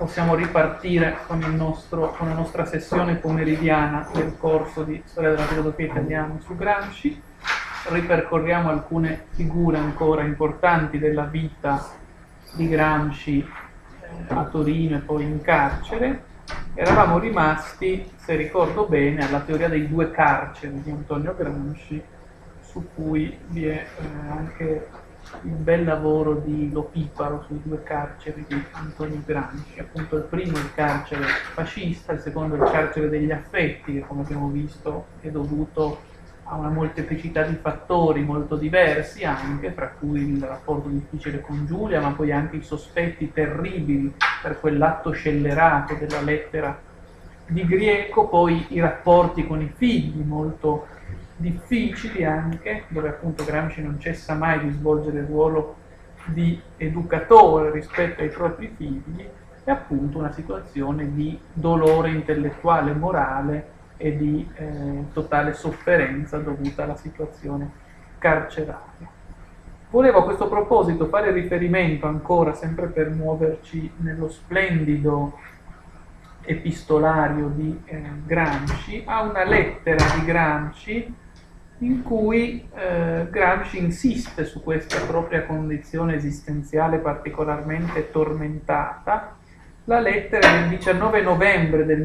possiamo ripartire con con la nostra sessione pomeridiana del corso di Storia della filosofia italiana su Gramsci. Ripercorriamo alcune figure ancora importanti della vita di Gramsci a Torino e poi in carcere. Eravamo rimasti, se ricordo bene, alla teoria dei due carceri di Antonio Gramsci, su cui vi è anche il bel lavoro di Lopiparo sui due carceri di Antonio Gramsci. Appunto il primo è il carcere fascista, il secondo è il carcere degli affetti, che come abbiamo visto è dovuto a una molteplicità di fattori molto diversi anche, fra cui il rapporto difficile con Giulia, ma poi anche i sospetti terribili per quell'atto scellerato della lettera di Grieco, poi i rapporti con i figli molto difficili anche, dove appunto Gramsci non cessa mai di svolgere il ruolo di educatore rispetto ai propri figli, e appunto una situazione di dolore intellettuale e morale e di totale sofferenza dovuta alla situazione carceraria. Volevo a questo proposito fare riferimento ancora, sempre per muoverci nello splendido epistolario di Gramsci, a una lettera di Gramsci in cui Gramsci insiste su questa propria condizione esistenziale particolarmente tormentata. La lettera del 19 novembre del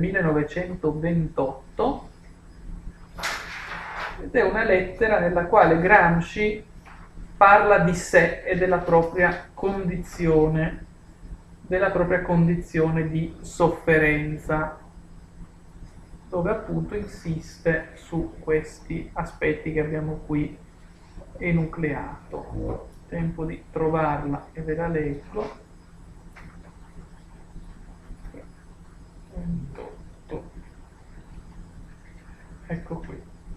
1928 ed è una lettera nella quale Gramsci parla di sé e della propria condizione di sofferenza, dove appunto insiste su questi aspetti che abbiamo qui enucleato. Tempo di trovarla e ve la leggo. 28. Ecco qui.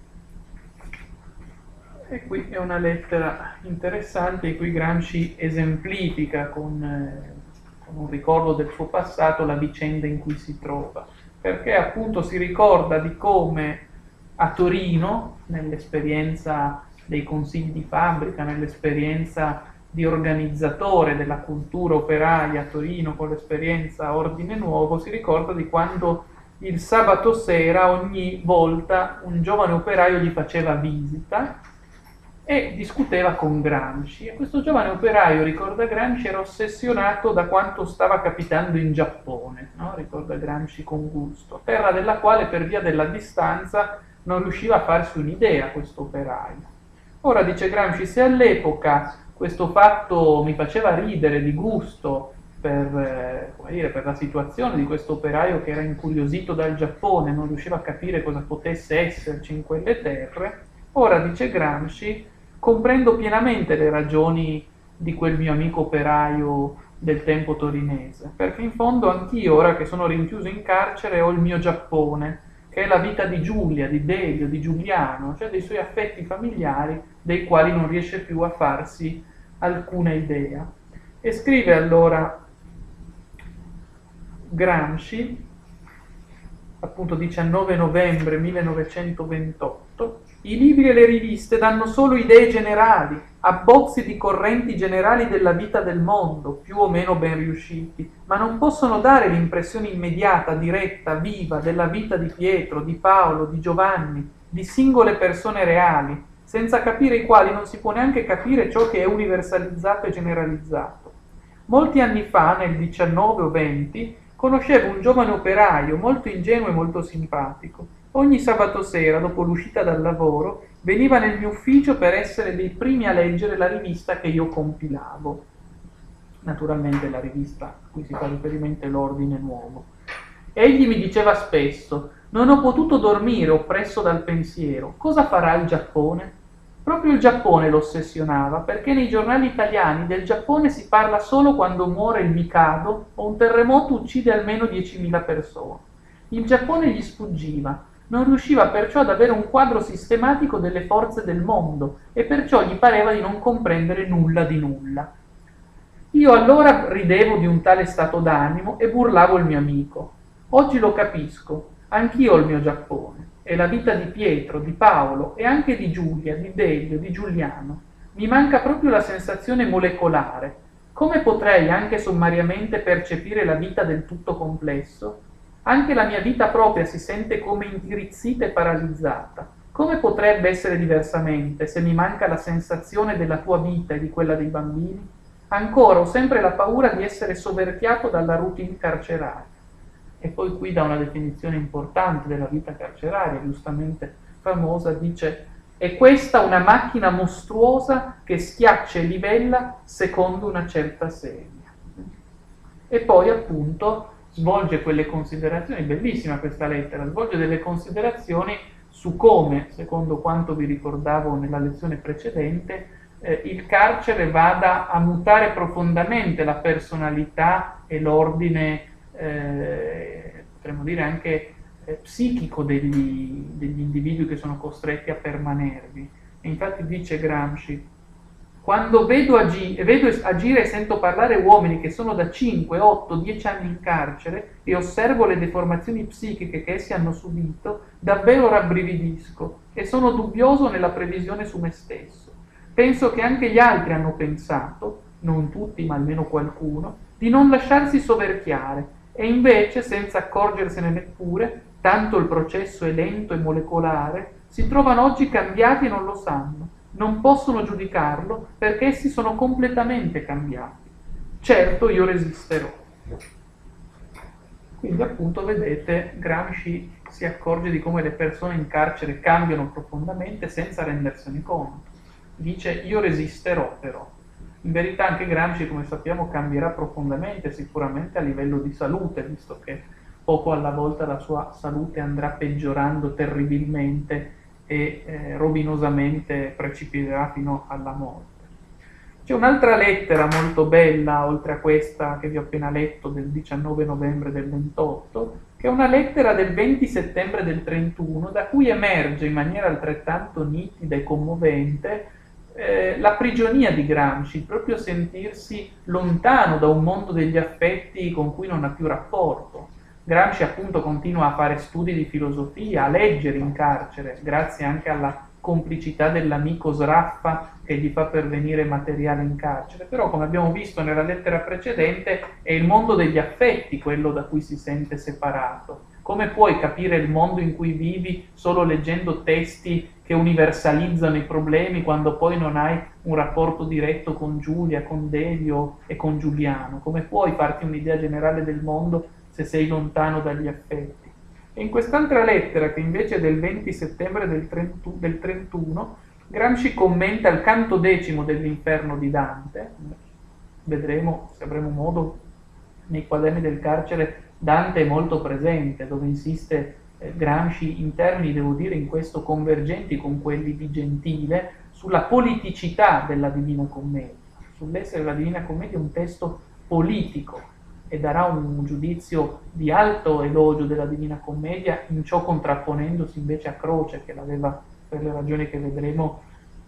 E qui è una lettera interessante in cui Gramsci esemplifica con un ricordo del suo passato la vicenda in cui si trova, perché appunto si ricorda di come a Torino, nell'esperienza dei consigli di fabbrica, nell'esperienza di organizzatore della cultura operaia a Torino con l'esperienza Ordine Nuovo, si ricorda di quando il sabato sera ogni volta un giovane operaio gli faceva visita e discuteva con Gramsci, e questo giovane operaio, ricorda Gramsci, era ossessionato da quanto stava capitando in Giappone, no? Ricorda Gramsci con gusto, terra della quale per via della distanza non riusciva a farsi un'idea questo operaio. Ora, dice Gramsci, se all'epoca questo fatto mi faceva ridere di gusto per la situazione di questo operaio che era incuriosito dal Giappone, non riusciva a capire cosa potesse esserci in quelle terre, ora, dice Gramsci, comprendo pienamente le ragioni di quel mio amico operaio del tempo torinese, perché in fondo anch'io, ora che sono rinchiuso in carcere, ho il mio Giappone, che è la vita di Giulia, di Delio, di Giuliano, cioè dei suoi affetti familiari dei quali non riesce più a farsi alcuna idea. E scrive allora Gramsci, appunto 19 novembre 1928, i libri e le riviste danno solo idee generali, abbozzi di correnti generali della vita del mondo, più o meno ben riusciti, ma non possono dare l'impressione immediata, diretta, viva della vita di Pietro, di Paolo, di Giovanni, di singole persone reali, senza capire i quali non si può neanche capire ciò che è universalizzato e generalizzato. Molti anni fa, nel 19 o 20, conoscevo un giovane operaio molto ingenuo e molto simpatico. Ogni sabato sera, dopo l'uscita dal lavoro, veniva nel mio ufficio per essere dei primi a leggere la rivista che io compilavo. Naturalmente la rivista a cui si fa riferimento è l'Ordine Nuovo. Egli mi diceva spesso: non ho potuto dormire, oppresso dal pensiero. Cosa farà il Giappone? Proprio il Giappone lo ossessionava, perché nei giornali italiani del Giappone si parla solo quando muore il Mikado o un terremoto uccide almeno 10.000 persone. Il Giappone gli sfuggiva, non riusciva perciò ad avere un quadro sistematico delle forze del mondo e perciò gli pareva di non comprendere nulla di nulla. Io allora ridevo di un tale stato d'animo e burlavo il mio amico. Oggi lo capisco, anch'io ho il mio Giappone, e la vita di Pietro, di Paolo e anche di Giulia, di Delio, di Giuliano. Mi manca proprio la sensazione molecolare. come potrei anche sommariamente percepire la vita del tutto complesso? Anche la mia vita propria si sente come intirizzita e paralizzata. Come potrebbe essere diversamente se mi manca la sensazione della tua vita e di quella dei bambini? Ancora ho sempre la paura di essere soverchiato dalla routine carceraria. E poi qui dà una definizione importante della vita carceraria, giustamente famosa, dice: è questa una macchina mostruosa che schiaccia e livella secondo una certa serie. E poi appunto svolge quelle considerazioni, bellissima questa lettera, svolge delle considerazioni su come, secondo quanto vi ricordavo nella lezione precedente, il carcere vada a mutare profondamente la personalità e l'ordine, potremmo dire anche psichico degli individui che sono costretti a permanervi. E infatti dice Gramsci: quando vedo agire e sento parlare uomini che sono da 5, 8, 10 anni in carcere e osservo le deformazioni psichiche che essi hanno subito, davvero rabbrividisco e sono dubbioso nella previsione su me stesso. Penso che anche gli altri hanno pensato, non tutti ma almeno qualcuno, di non lasciarsi soverchiare e invece, senza accorgersene neppure, tanto il processo è lento e molecolare, si trovano oggi cambiati e non lo sanno. Non possono giudicarlo perché essi sono completamente cambiati. Certo, io resisterò. Quindi appunto vedete, Gramsci si accorge di come le persone in carcere cambiano profondamente senza rendersene conto. Dice: io resisterò però. In verità anche Gramsci, come sappiamo, cambierà profondamente, sicuramente a livello di salute, visto che poco alla volta la sua salute andrà peggiorando terribilmente e rovinosamente precipiterà fino alla morte. C'è un'altra lettera molto bella, oltre a questa che vi ho appena letto, del 19 novembre del 28, che è una lettera del 20 settembre del 31, da cui emerge in maniera altrettanto nitida e commovente la prigionia di Gramsci, il proprio sentirsi lontano da un mondo degli affetti con cui non ha più rapporto. Gramsci appunto continua a fare studi di filosofia, a leggere in carcere, grazie anche alla complicità dell'amico Sraffa che gli fa pervenire materiale in carcere, però come abbiamo visto nella lettera precedente è il mondo degli affetti quello da cui si sente separato. Come puoi capire il mondo in cui vivi solo leggendo testi che universalizzano i problemi quando poi non hai un rapporto diretto con Giulia, con Delio e con Giuliano? Come puoi farti un'idea generale del mondo se sei lontano dagli affetti? E in quest'altra lettera, che invece è del 20 settembre del 31, Gramsci commenta il canto decimo dell'Inferno di Dante. Vedremo, se avremo modo, nei quaderni del carcere Dante è molto presente, dove insiste Gramsci in termini, devo dire, in questo convergenti con quelli di Gentile, sulla politicità della Divina Commedia, sull'essere la Divina Commedia un testo politico, e darà un giudizio di alto elogio della Divina Commedia, in ciò contrapponendosi invece a Croce, che l'aveva, per le ragioni che vedremo,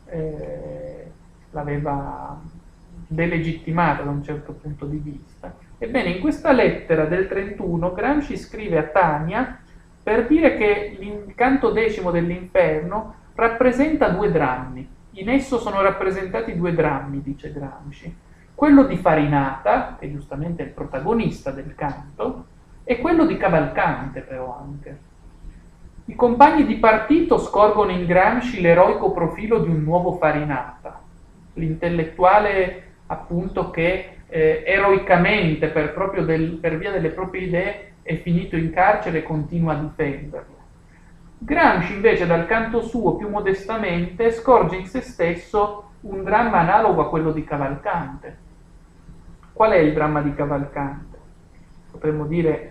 l'aveva delegittimata da un certo punto di vista. Ebbene, in questa lettera del 31 Gramsci scrive a Tania per dire che il canto decimo dell'Inferno rappresenta due drammi. In esso sono rappresentati due drammi, dice Gramsci: quello di Farinata, che giustamente è il protagonista del canto, e quello di Cavalcante però anche. I compagni di partito scorgono in Gramsci l'eroico profilo di un nuovo Farinata, l'intellettuale appunto che eroicamente, per via delle proprie idee, è finito in carcere e continua a difenderlo. Gramsci invece, dal canto suo, più modestamente, scorge in se stesso un dramma analogo a quello di Cavalcante. Qual è il dramma di Cavalcante? Potremmo dire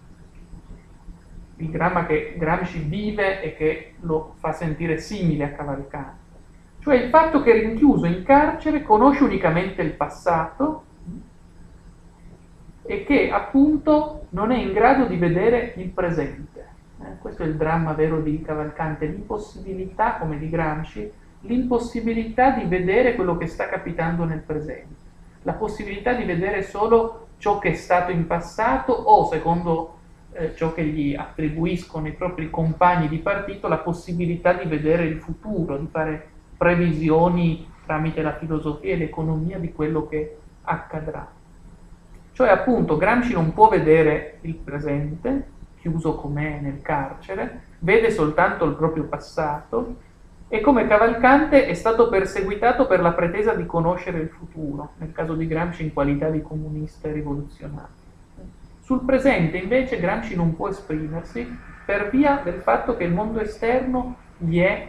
il dramma che Gramsci vive e che lo fa sentire simile a Cavalcante, cioè il fatto che, rinchiuso in carcere, conosce unicamente il passato e che appunto non è in grado di vedere il presente. Questo è il dramma vero di Cavalcante, l'impossibilità, come di Gramsci, l'impossibilità di vedere quello che sta capitando nel presente, la possibilità di vedere solo ciò che è stato in passato o, secondo ciò che gli attribuiscono i propri compagni di partito, la possibilità di vedere il futuro, di fare previsioni tramite la filosofia e l'economia di quello che accadrà. Cioè appunto Gramsci non può vedere il presente, chiuso com'è nel carcere, vede soltanto il proprio passato e come Cavalcante è stato perseguitato per la pretesa di conoscere il futuro, nel caso di Gramsci in qualità di comunista e rivoluzionario. Sul presente invece Gramsci non può esprimersi per via del fatto che il mondo esterno gli è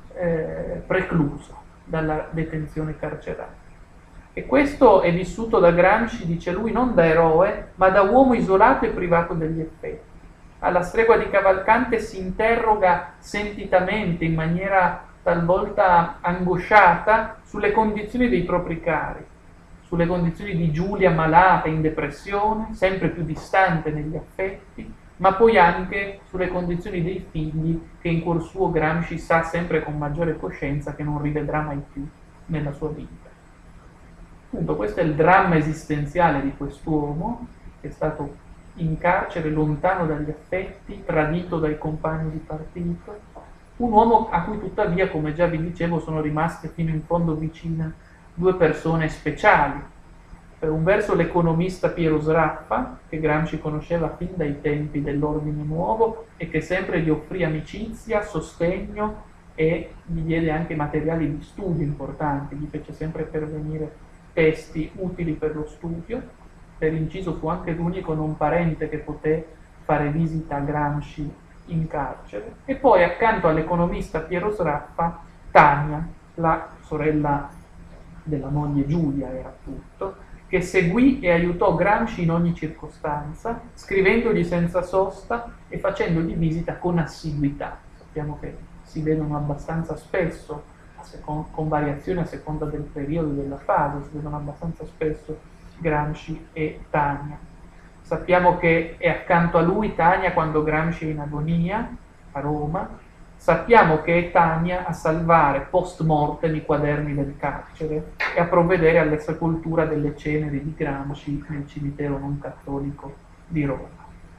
precluso dalla detenzione carceraria. E questo è vissuto da Gramsci, dice lui, non da eroe, ma da uomo isolato e privato degli effetti. Alla stregua di Cavalcante si interroga sentitamente, in maniera talvolta angosciata, sulle condizioni dei propri cari, sulle condizioni di Giulia malata, in depressione, sempre più distante negli affetti, ma poi anche sulle condizioni dei figli che in cuor suo Gramsci sa sempre con maggiore coscienza che non rivedrà mai più nella sua vita. Appunto, questo è il dramma esistenziale di quest'uomo che è stato in carcere, lontano dagli affetti, tradito dai compagni di partito, un uomo a cui tuttavia, come già vi dicevo, sono rimaste fino in fondo vicine due persone speciali. Per un verso l'economista Piero Sraffa, che Gramsci conosceva fin dai tempi dell'Ordine Nuovo e che sempre gli offrì amicizia, sostegno e gli diede anche materiali di studio importanti, gli fece sempre pervenire testi utili per lo studio. Per inciso fu anche l'unico non parente che poté fare visita a Gramsci in carcere. E poi accanto all'economista Piero Sraffa, Tania, la sorella della moglie Giulia era appunto, che seguì e aiutò Gramsci in ogni circostanza, scrivendogli senza sosta e facendogli visita con assiduità. Sappiamo che si vedono abbastanza spesso, con variazioni a seconda del periodo e della fase, si vedono abbastanza spesso Gramsci e Tania. Sappiamo che è accanto a lui Tania quando Gramsci è in agonia a Roma. Sappiamo che è Tania a salvare post mortem i quaderni del carcere e a provvedere alla sepoltura delle ceneri di Gramsci nel cimitero non cattolico di Roma.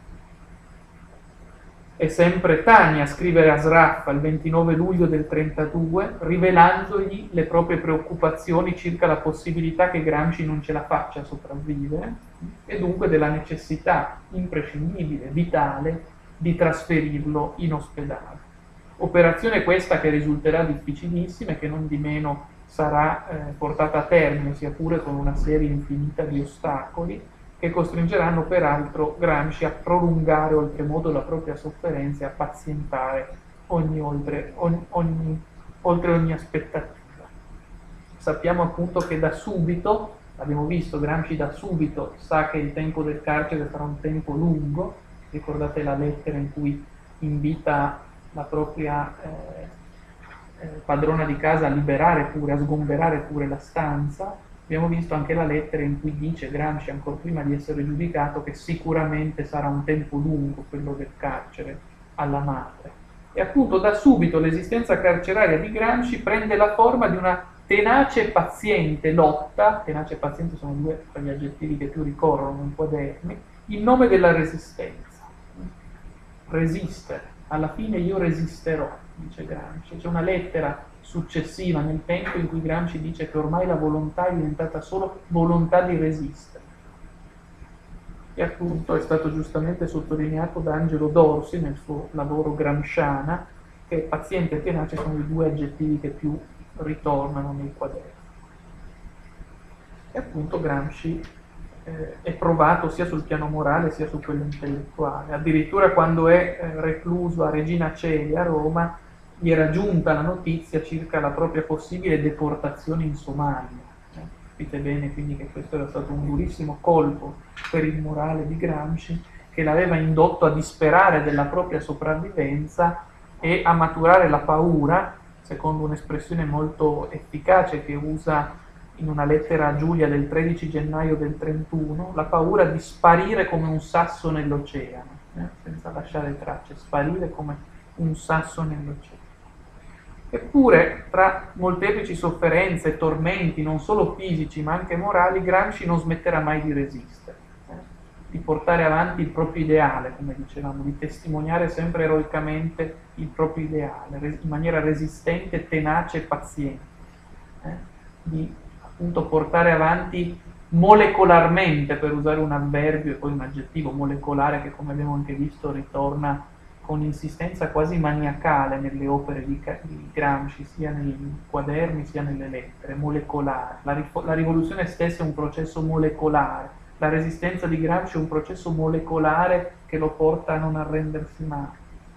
È sempre Tania a scrivere a Sraffa il 29 luglio del 32, rivelandogli le proprie preoccupazioni circa la possibilità che Gramsci non ce la faccia a sopravvivere e dunque della necessità imprescindibile, vitale, di trasferirlo in ospedale. Operazione questa che risulterà difficilissima e che non di meno sarà portata a termine, sia pure con una serie infinita di ostacoli, che costringeranno peraltro Gramsci a prolungare oltremodo la propria sofferenza e a pazientare oltre ogni aspettativa. Sappiamo appunto che da subito, abbiamo visto, Gramsci da subito sa che il tempo del carcere sarà un tempo lungo. Ricordate la lettera in cui invita la propria padrona di casa a liberare pure, a sgomberare pure la stanza. Abbiamo visto anche la lettera in cui dice Gramsci, ancora prima di essere giudicato, che sicuramente sarà un tempo lungo quello del carcere alla madre. E appunto da subito l'esistenza carceraria di Gramsci prende la forma di una tenace e paziente lotta, tenace e paziente sono due tra gli aggettivi che più ricorrono in quaderni, in nome della resistenza. Resistere, alla fine io resisterò, dice Gramsci. C'è una lettera successiva nel tempo in cui Gramsci dice che ormai la volontà è diventata solo volontà di resistere. E appunto è stato giustamente sottolineato da Angelo Dorsi nel suo lavoro Gramsciana, che paziente e tenace sono i due aggettivi che più ritornano nei quaderni. E appunto Gramsci è provato sia sul piano morale sia su quello intellettuale. Addirittura quando è recluso a Regina Coeli a Roma gli era giunta la notizia circa la propria possibile deportazione in Somalia. Capite bene quindi che questo era stato un durissimo colpo per il morale di Gramsci, che l'aveva indotto a disperare della propria sopravvivenza e a maturare la paura, secondo un'espressione molto efficace che usa in una lettera a Giulia del 13 gennaio del 31, la paura di sparire come un sasso nell'oceano, senza lasciare tracce, sparire come un sasso nell'oceano. Eppure, tra molteplici sofferenze e tormenti, non solo fisici ma anche morali, Gramsci non smetterà mai di resistere, di portare avanti il proprio ideale, come dicevamo, di testimoniare sempre eroicamente il proprio ideale, in maniera resistente, tenace e paziente, di appunto portare avanti molecolarmente, per usare un avverbio e poi un aggettivo molecolare che, come abbiamo anche visto, ritorna con insistenza quasi maniacale nelle opere di Gramsci, sia nei quaderni sia nelle lettere, molecolare. La rivoluzione stessa è un processo molecolare, la resistenza di Gramsci è un processo molecolare che lo porta a non arrendersi mai.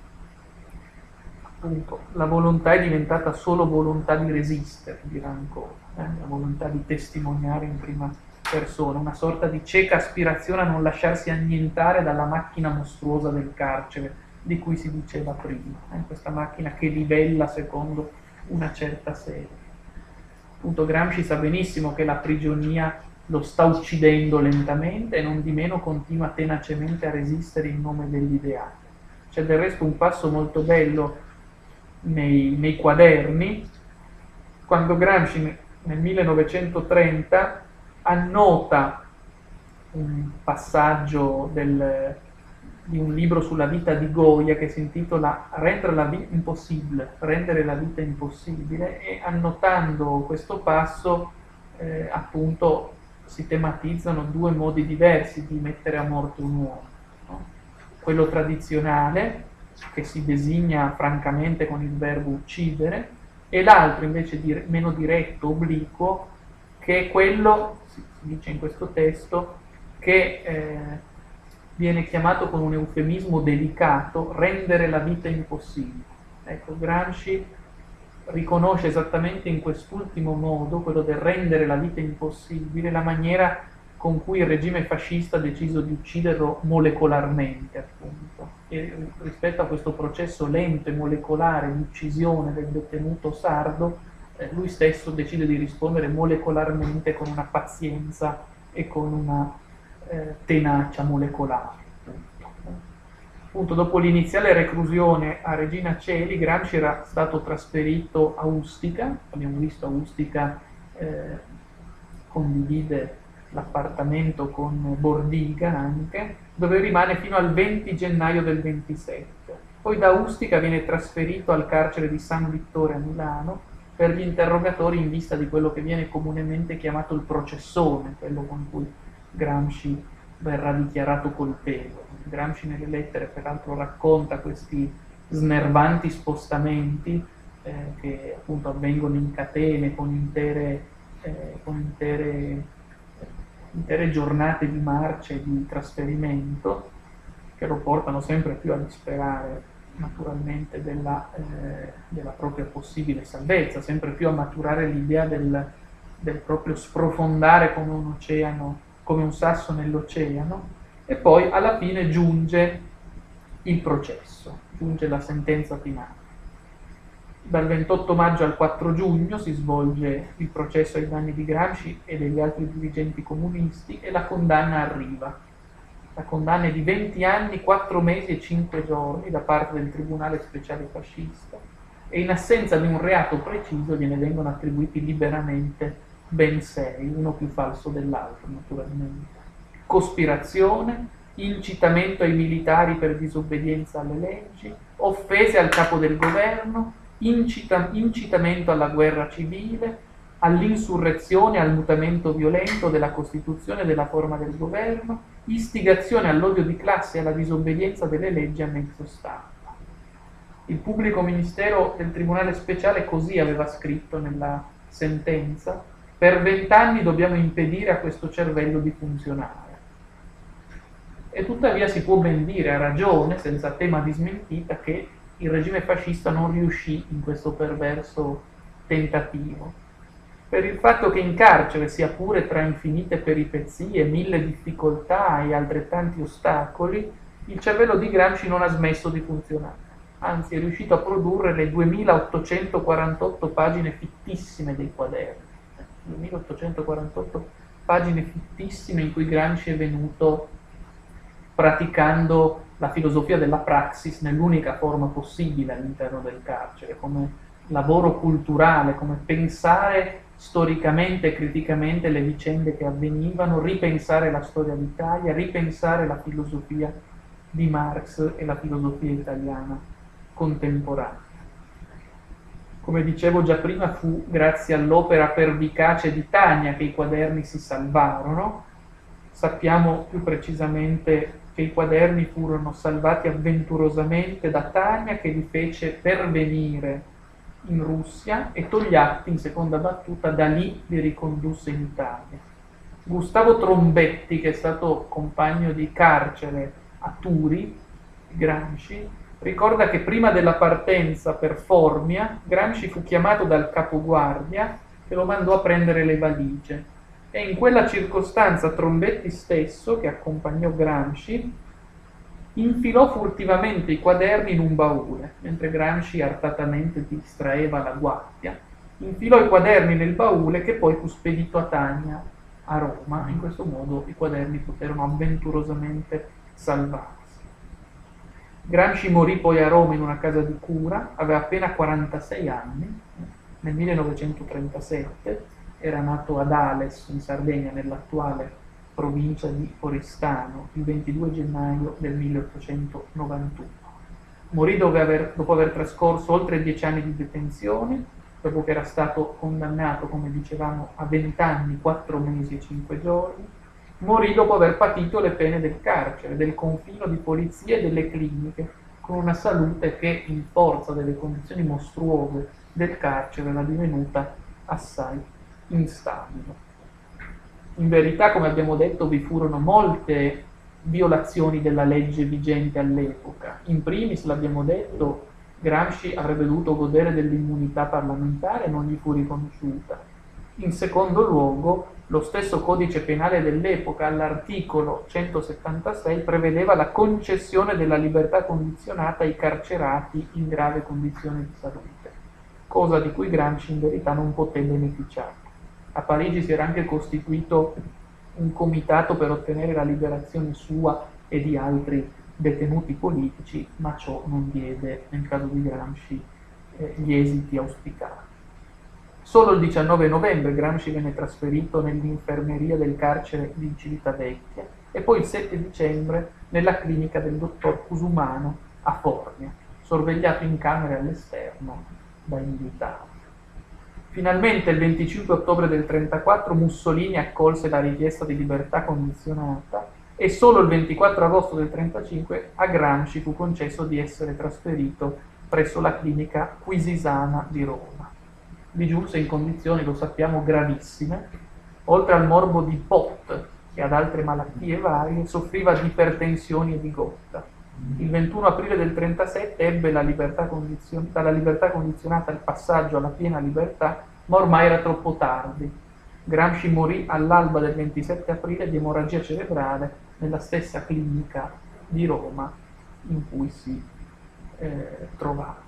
Appunto, la volontà è diventata solo volontà di resistere, dirà ancora, la volontà di testimoniare in prima persona, una sorta di cieca aspirazione a non lasciarsi annientare dalla macchina mostruosa del carcere, di cui si diceva prima, questa macchina che livella secondo una certa serie. Appunto Gramsci sa benissimo che la prigionia lo sta uccidendo lentamente e non di meno continua tenacemente a resistere in nome dell'ideale. C'è del resto un passo molto bello nei quaderni, quando Gramsci nel 1930 annota un passaggio di un libro sulla vita di Goya che si intitola rendere la vita impossibile, e annotando questo passo appunto si tematizzano due modi diversi di mettere a morte un uomo, no? Quello tradizionale, che si designa francamente con il verbo uccidere, e l'altro invece meno diretto, obliquo, che è quello, si dice in questo testo, che viene chiamato con un eufemismo delicato rendere la vita impossibile. Ecco, Gramsci riconosce esattamente in quest'ultimo modo, quello del rendere la vita impossibile, la maniera con cui il regime fascista ha deciso di ucciderlo molecolarmente, appunto. E rispetto a questo processo lento e molecolare di uccisione del detenuto sardo, lui stesso decide di rispondere molecolarmente con una pazienza e con una tenacia molecolare. Appunto, dopo l'iniziale reclusione a Regina Coeli, Gramsci era stato trasferito a Ustica, abbiamo visto a Ustica condivide l'appartamento con Bordiga anche, dove rimane fino al 20 gennaio del 27. Poi da Ustica viene trasferito al carcere di San Vittore a Milano per gli interrogatori in vista di quello che viene comunemente chiamato il processone, quello con cui Gramsci verrà dichiarato colpevole. Gramsci nelle lettere peraltro racconta questi snervanti spostamenti che appunto avvengono in catene con intere giornate di marcia e di trasferimento, che lo portano sempre più a disperare naturalmente della propria possibile salvezza, sempre più a maturare l'idea del proprio sprofondare come un oceano, come un sasso nell'oceano, e poi alla fine giunge il processo, giunge la sentenza finale. Dal 28 maggio al 4 giugno si svolge il processo ai danni di Gramsci e degli altri dirigenti comunisti e la condanna arriva. La condanna è di 20 anni, 4 mesi e 5 giorni da parte del Tribunale Speciale Fascista, e in assenza di un reato preciso gliene vengono attribuiti liberamente ben 6, uno più falso dell'altro naturalmente. Cospirazione, incitamento ai militari per disobbedienza alle leggi, offese al capo del governo, incitamento alla guerra civile, all'insurrezione, al mutamento violento della Costituzione e della forma del governo, istigazione all'odio di classe e alla disobbedienza delle leggi a mezzo stampa. Il pubblico ministero del Tribunale Speciale così aveva scritto nella sentenza: per 20 anni dobbiamo impedire a questo cervello di funzionare. E tuttavia si può ben dire, a ragione, senza tema di smentita, che il regime fascista non riuscì in questo perverso tentativo, per il fatto che in carcere, sia pure tra infinite peripezie, 1000 difficoltà e altrettanti ostacoli, il cervello di Gramsci non ha smesso di funzionare, anzi è riuscito a produrre le 2848 pagine fittissime dei quaderni, 2848 pagine fittissime in cui Gramsci è venuto praticando la filosofia della praxis nell'unica forma possibile all'interno del carcere, come lavoro culturale, come pensare storicamente e criticamente le vicende che avvenivano, ripensare la storia d'Italia, ripensare la filosofia di Marx e la filosofia italiana contemporanea. Come dicevo già prima, fu grazie all'opera pervicace di Tania che i quaderni si salvarono. Sappiamo più precisamente che i quaderni furono salvati avventurosamente da Tania, che li fece pervenire in Russia, e Togliatti, in seconda battuta, da lì li ricondusse in Italia. Gustavo Trombetti, che è stato compagno di carcere a Turi, Gramsci, ricorda che prima della partenza per Formia, Gramsci fu chiamato dal capoguardia che lo mandò a prendere le valigie. E in quella circostanza Trombetti stesso, che accompagnò Gramsci, infilò furtivamente i quaderni in un baule, mentre Gramsci artatamente distraeva la guardia. Infilò i quaderni nel baule, che poi fu spedito a Tania, a Roma. In questo modo i quaderni poterono avventurosamente salvarsi. Gramsci morì poi a Roma in una casa di cura, aveva appena 46 anni, nel 1937, era nato ad Ales, in Sardegna, nell'attuale provincia di Oristano, il 22 gennaio del 1891. Morì dopo aver trascorso oltre 10 anni di detenzione, dopo che era stato condannato, come dicevamo, a 20 anni, 4 mesi e 5 giorni. Morì dopo aver patito le pene del carcere, del confino di polizia e delle cliniche, con una salute che, in forza delle condizioni mostruose del carcere, era divenuta assai instabile. In verità, come abbiamo detto, vi furono molte violazioni della legge vigente all'epoca. In primis, l'abbiamo detto, Gramsci avrebbe dovuto godere dell'immunità parlamentare e non gli fu riconosciuta. In secondo luogo, lo stesso codice penale dell'epoca, all'articolo 176, prevedeva la concessione della libertà condizionata ai carcerati in grave condizione di salute, cosa di cui Gramsci in verità non poté beneficiare. A Parigi si era anche costituito un comitato per ottenere la liberazione sua e di altri detenuti politici, ma ciò non diede, nel caso di Gramsci, gli esiti auspicati. Solo il 19 novembre Gramsci venne trasferito nell'infermeria del carcere di Civitavecchia e poi il 7 dicembre nella clinica del dottor Cusumano a Formia, sorvegliato in camere all'esterno dai militari. Finalmente il 25 ottobre del 1934 Mussolini accolse la richiesta di libertà condizionata e solo il 24 agosto del 1935 a Gramsci fu concesso di essere trasferito presso la clinica Quisisana di Roma. Vi giunse in condizioni, lo sappiamo, gravissime. Oltre al morbo di Pott e ad altre malattie varie, soffriva di ipertensione e di gotta. Il 21 aprile del 1937 ebbe dalla libertà condizionata al passaggio alla piena libertà, ma ormai era troppo tardi. Gramsci morì all'alba del 27 aprile di emorragia cerebrale nella stessa clinica di Roma in cui si trovava.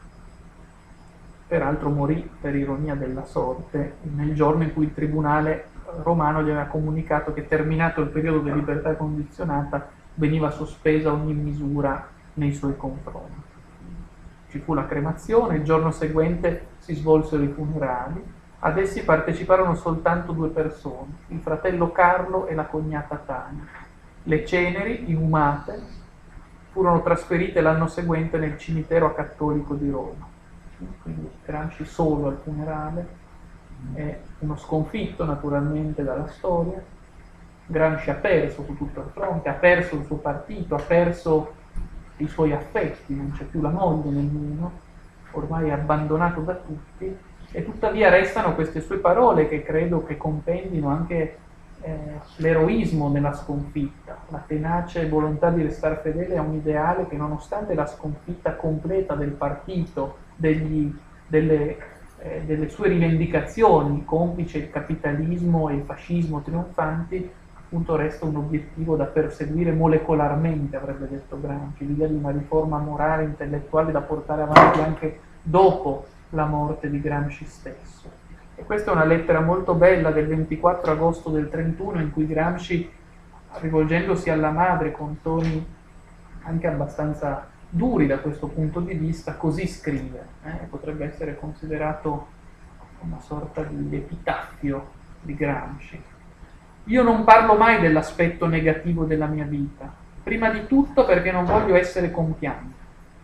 Peraltro morì, per ironia della sorte, nel giorno in cui il tribunale romano gli aveva comunicato che, terminato il periodo di libertà condizionata, veniva sospesa ogni misura nei suoi confronti. Ci fu la cremazione, il giorno seguente si svolsero i funerali. Ad essi parteciparono soltanto 2 persone, il fratello Carlo e la cognata Tania. Le ceneri, inumate, furono trasferite l'anno seguente nel cimitero acattolico di Roma. Quindi Gramsci solo al funerale, è uno sconfitto naturalmente dalla storia. Gramsci ha perso su tutto il fronte, ha perso il suo partito, ha perso i suoi affetti, non c'è più la moglie nemmeno, ormai è abbandonato da tutti, e tuttavia restano queste sue parole che credo che compendino anche l'eroismo nella sconfitta, la tenace volontà di restare fedele a un ideale che, nonostante la sconfitta completa del partito, delle sue rivendicazioni, complice il capitalismo e il fascismo trionfanti, appunto resta un obiettivo da perseguire molecolarmente, avrebbe detto Gramsci, l'idea di una riforma morale e intellettuale da portare avanti anche dopo la morte di Gramsci stesso. E questa è una lettera molto bella del 24 agosto del 31, in cui Gramsci, rivolgendosi alla madre con toni anche abbastanza duri da questo punto di vista, così scrive, potrebbe essere considerato una sorta di epitaffio di Gramsci. Io non parlo mai dell'aspetto negativo della mia vita, prima di tutto perché non voglio essere compianto.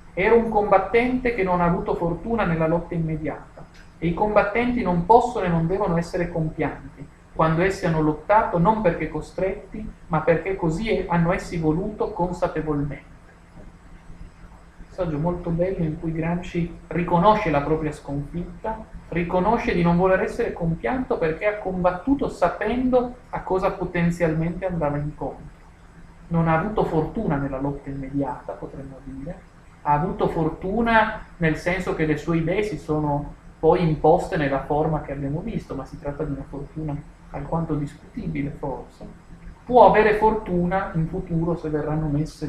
Era un combattente che non ha avuto fortuna nella lotta immediata, e i combattenti non possono e non devono essere compianti quando essi hanno lottato non perché costretti, ma perché così hanno essi voluto consapevolmente. Un passaggio molto bello in cui Gramsci riconosce la propria sconfitta, riconosce di non voler essere compianto perché ha combattuto sapendo a cosa potenzialmente andava incontro. Non ha avuto fortuna nella lotta immediata, potremmo dire, ha avuto fortuna nel senso che le sue idee si sono poi imposte nella forma che abbiamo visto, ma si tratta di una fortuna alquanto discutibile forse. Può avere fortuna in futuro se verranno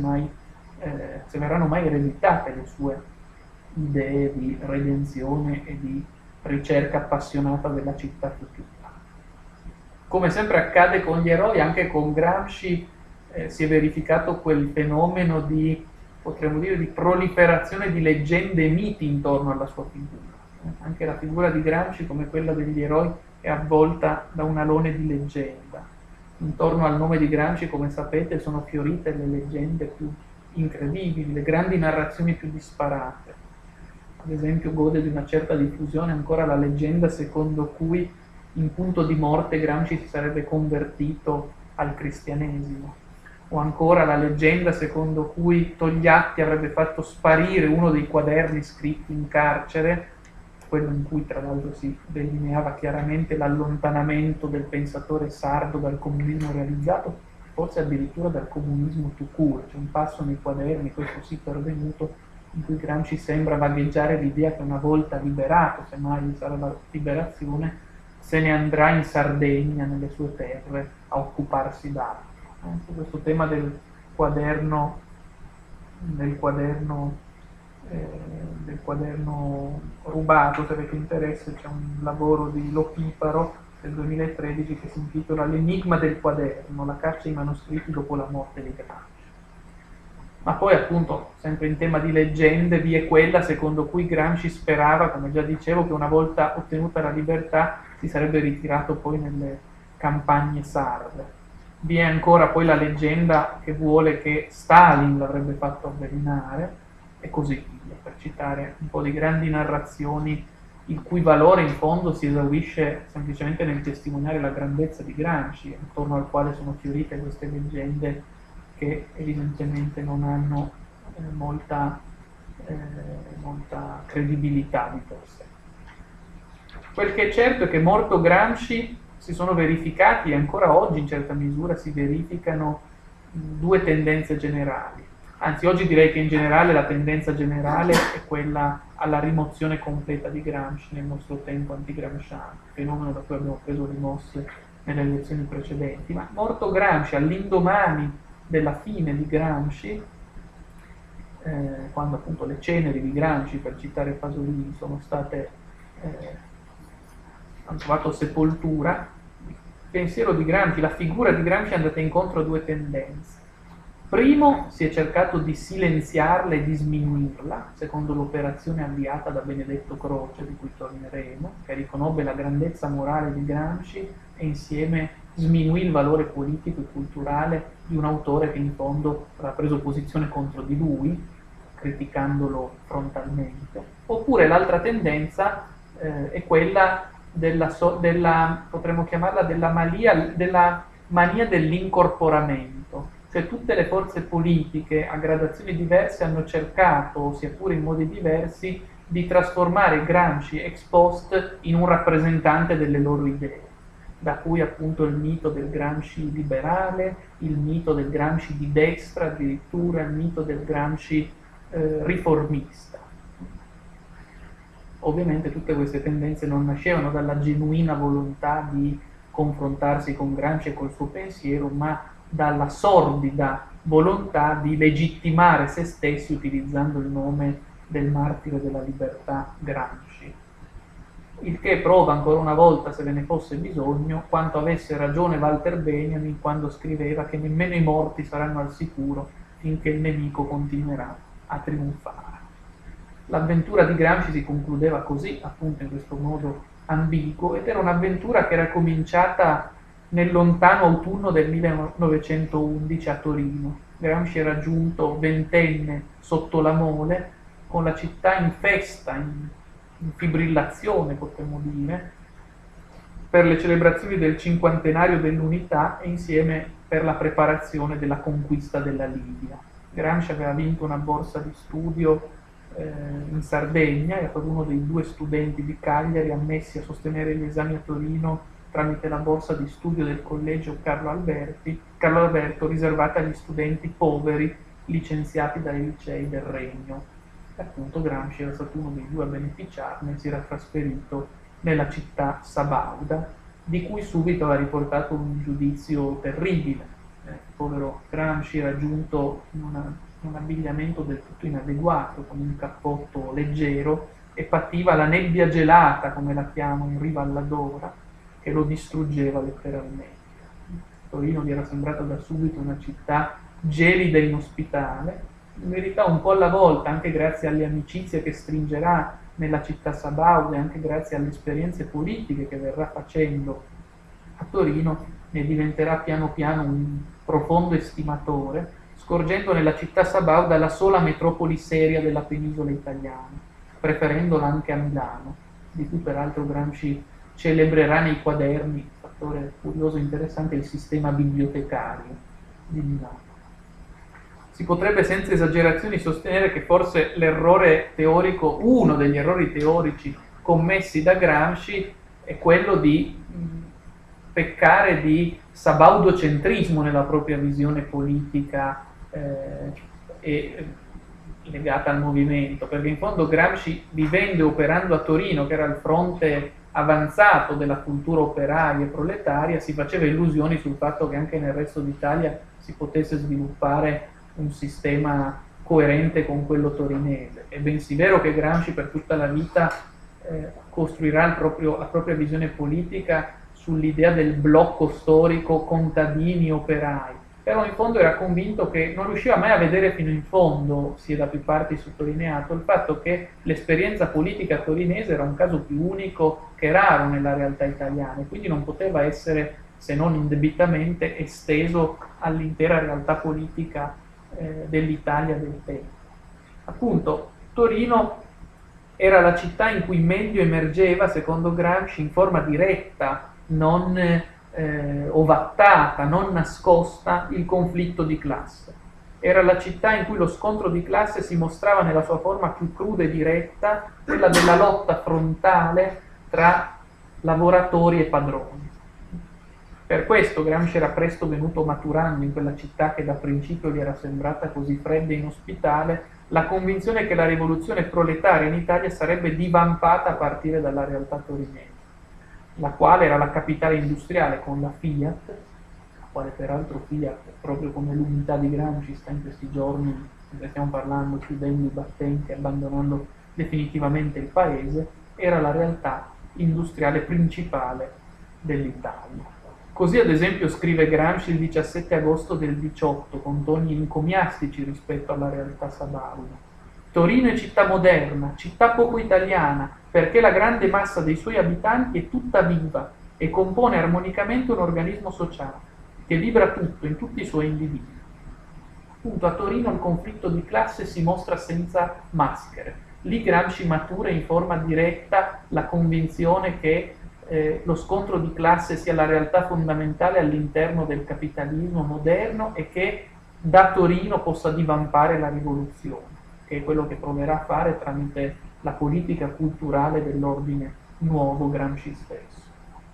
mai ereditate le sue idee di redenzione e di ricerca appassionata della città futura. Come sempre accade con gli eroi, anche con Gramsci si è verificato quel fenomeno di, potremmo dire, di proliferazione di leggende e miti intorno alla sua figura. Anche la figura di Gramsci, come quella degli eroi, è avvolta da un alone di leggenda. Intorno al nome di Gramsci, come sapete, sono fiorite le leggende più incredibili, le grandi narrazioni più disparate. Ad esempio gode di una certa diffusione ancora la leggenda secondo cui in punto di morte Gramsci si sarebbe convertito al cristianesimo, o ancora la leggenda secondo cui Togliatti avrebbe fatto sparire uno dei quaderni scritti in carcere, quello in cui tra l'altro si delineava chiaramente l'allontanamento del pensatore sardo dal comunismo realizzato, forse addirittura dal comunismo tout court. C'è un passo nei quaderni, questo sì pervenuto, in cui Gramsci sembra vagheggiare l'idea che una volta liberato, semmai sarà la liberazione, se ne andrà in Sardegna, nelle sue terre, a occuparsi d'altro. Su questo tema del quaderno rubato, se avete interesse, c'è un lavoro di Lopiparo del 2013 che si intitola L'enigma del quaderno, la caccia ai manoscritti dopo la morte di Gramsci. Ma poi appunto, sempre in tema di leggende, vi è quella secondo cui Gramsci sperava, come già dicevo, che una volta ottenuta la libertà si sarebbe ritirato poi nelle campagne sarde. Vi è ancora poi la leggenda che vuole che Stalin l'avrebbe fatto avvelenare, e così via, per citare un po' di grandi narrazioni il cui valore in fondo si esaurisce semplicemente nel testimoniare la grandezza di Gramsci, attorno al quale sono fiorite queste leggende che evidentemente non hanno molta credibilità di per sé. Quel che è certo è che morto Gramsci si sono verificati, e ancora oggi in certa misura si verificano, due tendenze generali. Anzi, oggi direi che in generale la tendenza generale è quella alla rimozione completa di Gramsci nel nostro tempo antigramsciano, fenomeno da cui abbiamo preso le mosse nelle elezioni precedenti. Ma morto Gramsci, all'indomani della fine di Gramsci, quando appunto le ceneri di Gramsci, per citare Pasolini, hanno trovato sepoltura, il pensiero di Gramsci, la figura di Gramsci è andata incontro a due tendenze. Primo, si è cercato di silenziarla e di sminuirla, secondo l'operazione avviata da Benedetto Croce, di cui torneremo, che riconobbe la grandezza morale di Gramsci e insieme sminuì il valore politico e culturale di un autore che in fondo aveva preso posizione contro di lui, criticandolo frontalmente. Oppure l'altra tendenza è quella potremmo chiamarla della mania dell'incorporamento. Cioè tutte le forze politiche a gradazioni diverse hanno cercato, sia pure in modi diversi, di trasformare Gramsci ex post in un rappresentante delle loro idee, da cui appunto il mito del Gramsci liberale, il mito del Gramsci di destra, addirittura il mito del Gramsci riformista. Ovviamente tutte queste tendenze non nascevano dalla genuina volontà di confrontarsi con Gramsci e col suo pensiero, ma dalla sordida volontà di legittimare se stessi utilizzando il nome del martire della libertà Gramsci. Il che prova ancora una volta, se ve ne fosse bisogno, quanto avesse ragione Walter Benjamin quando scriveva che nemmeno i morti saranno al sicuro finché il nemico continuerà a trionfare. L'avventura di Gramsci si concludeva così, appunto in questo modo ambiguo, ed era un'avventura che era cominciata nel lontano autunno del 1911 a Torino. Gramsci era giunto ventenne sotto la Mole con la città in festa, in fibrillazione potremmo dire, per le celebrazioni del cinquantenario dell'unità e insieme per la preparazione della conquista della Libia. Gramsci aveva vinto una borsa di studio in Sardegna, è stato uno dei 2 studenti di Cagliari ammessi a sostenere gli esami a Torino tramite la borsa di studio del collegio Carlo Alberto, riservata agli studenti poveri licenziati dai licei del Regno. E appunto Gramsci era stato uno dei 2 a beneficiarne e si era trasferito nella città sabauda, di cui subito aveva riportato un giudizio terribile. Il povero Gramsci era giunto in un abbigliamento del tutto inadeguato, con un cappotto leggero, e pativa la nebbia gelata, come la chiamo, in riva alla Dora, che lo distruggeva letteralmente. Torino gli era sembrata da subito una città gelida e inospitale, in verità un po' alla volta, anche grazie alle amicizie che stringerà nella città sabauda e anche grazie alle esperienze politiche che verrà facendo a Torino, ne diventerà piano piano un profondo estimatore, scorgendo nella città sabauda la sola metropoli seria della penisola italiana, preferendola anche a Milano, di cui peraltro Gramsci celebrerà nei quaderni, fattore curioso e interessante, il sistema bibliotecario di Milano. Si potrebbe senza esagerazioni sostenere che forse l'errore teorico, uno degli errori teorici commessi da Gramsci, è quello di peccare di sabaudocentrismo nella propria visione politica e legata al movimento, perché in fondo Gramsci, vivendo e operando a Torino, che era il fronte avanzato della cultura operaia e proletaria, si faceva illusioni sul fatto che anche nel resto d'Italia si potesse sviluppare un sistema coerente con quello torinese. È bensì vero che Gramsci per tutta la vita costruirà la propria visione politica sull'idea del blocco storico contadini-operai, però in fondo era convinto che non riusciva mai a vedere fino in fondo, si è da più parti sottolineato, il fatto che l'esperienza politica torinese era un caso più unico che raro nella realtà italiana e quindi non poteva essere, se non indebitamente, esteso all'intera realtà politica dell'Italia del tempo. Appunto, Torino era la città in cui meglio emergeva, secondo Gramsci, in forma diretta, non ovattata, non nascosta, il conflitto di classe. Era la città in cui lo scontro di classe si mostrava nella sua forma più cruda e diretta, quella della lotta frontale tra lavoratori e padroni. Per questo Gramsci era presto venuto maturando in quella città che da principio gli era sembrata così fredda e inospitale, la convinzione che la rivoluzione proletaria in Italia sarebbe divampata a partire dalla realtà torinese, la quale era la capitale industriale con la Fiat, la quale peraltro Fiat, proprio come l'unità di Gramsci, sta in questi giorni, ne stiamo parlando, chiudendo i battenti, abbandonando definitivamente il paese, era la realtà industriale principale dell'Italia. Così ad esempio scrive Gramsci il 17 agosto del 18, con toni encomiastici rispetto alla realtà sabauda. Torino è città moderna, città poco italiana, perché la grande massa dei suoi abitanti è tutta viva e compone armonicamente un organismo sociale, che vibra tutto, in tutti i suoi individui. Appunto a Torino il conflitto di classe si mostra senza maschere. Lì Gramsci matura in forma diretta la convinzione che lo scontro di classe sia la realtà fondamentale all'interno del capitalismo moderno e che da Torino possa divampare la rivoluzione, che è quello che proverà a fare tramite la politica culturale dell'ordine nuovo Gramsci stesso.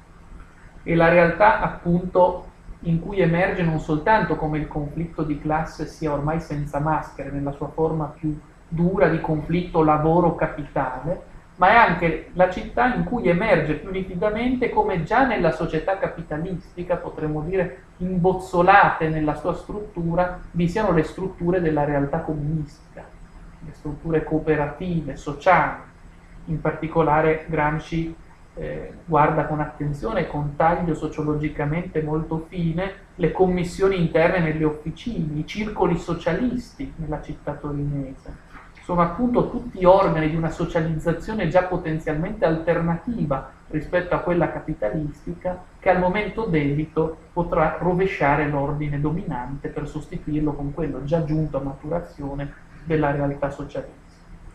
E la realtà appunto in cui emerge non soltanto come il conflitto di classe sia ormai senza maschere nella sua forma più dura di conflitto lavoro-capitale, ma è anche la città in cui emerge più nitidamente come già nella società capitalistica, potremmo dire imbozzolate nella sua struttura, vi siano le strutture della realtà comunistica, le strutture cooperative, sociali. In particolare Gramsci guarda con attenzione e con taglio sociologicamente molto fine le commissioni interne nelle officine, i circoli socialisti nella città torinese. Sono appunto tutti organi di una socializzazione già potenzialmente alternativa rispetto a quella capitalistica che al momento debito potrà rovesciare l'ordine dominante per sostituirlo con quello già giunto a maturazione della realtà socialista.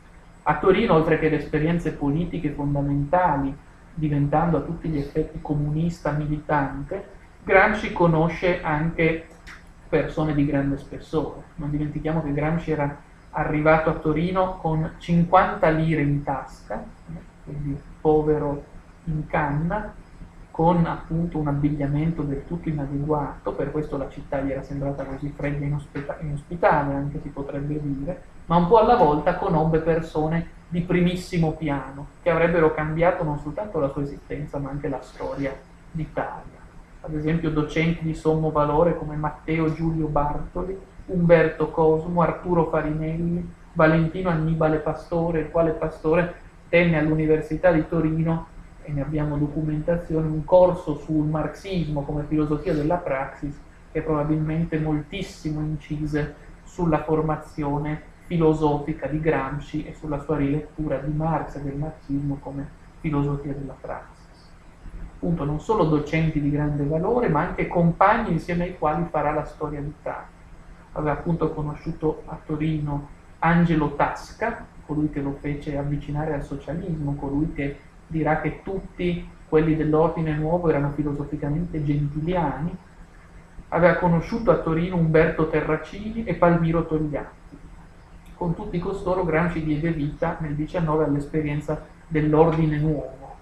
A Torino, oltre che le esperienze politiche fondamentali, diventando a tutti gli effetti comunista militante, Gramsci conosce anche persone di grande spessore. Non dimentichiamo che Gramsci era arrivato a Torino con 50 lire in tasca, quindi povero in canna, con appunto un abbigliamento del tutto inadeguato, per questo la città gli era sembrata così fredda e inospitale, anche si potrebbe dire, ma un po' alla volta conobbe persone di primissimo piano, che avrebbero cambiato non soltanto la sua esistenza, ma anche la storia d'Italia. Ad esempio docenti di sommo valore come Matteo Giulio Bartoli, Umberto Cosmo, Arturo Farinelli, Valentino Annibale Pastore, il quale Pastore tenne all'Università di Torino, e ne abbiamo documentazione, un corso sul marxismo come filosofia della praxis, che probabilmente moltissimo incise sulla formazione filosofica di Gramsci e sulla sua rilettura di Marx e del marxismo come filosofia della praxis. Appunto non solo docenti di grande valore, ma anche compagni insieme ai quali farà la storia d'Italia. Aveva appunto conosciuto a Torino Angelo Tasca, colui che lo fece avvicinare al socialismo, colui che dirà che tutti quelli dell'ordine nuovo erano filosoficamente gentiliani. Aveva conosciuto a Torino Umberto Terracini e Palmiro Togliatti. Con tutti costoro Gramsci diede vita nel 19 all'esperienza dell'ordine nuovo,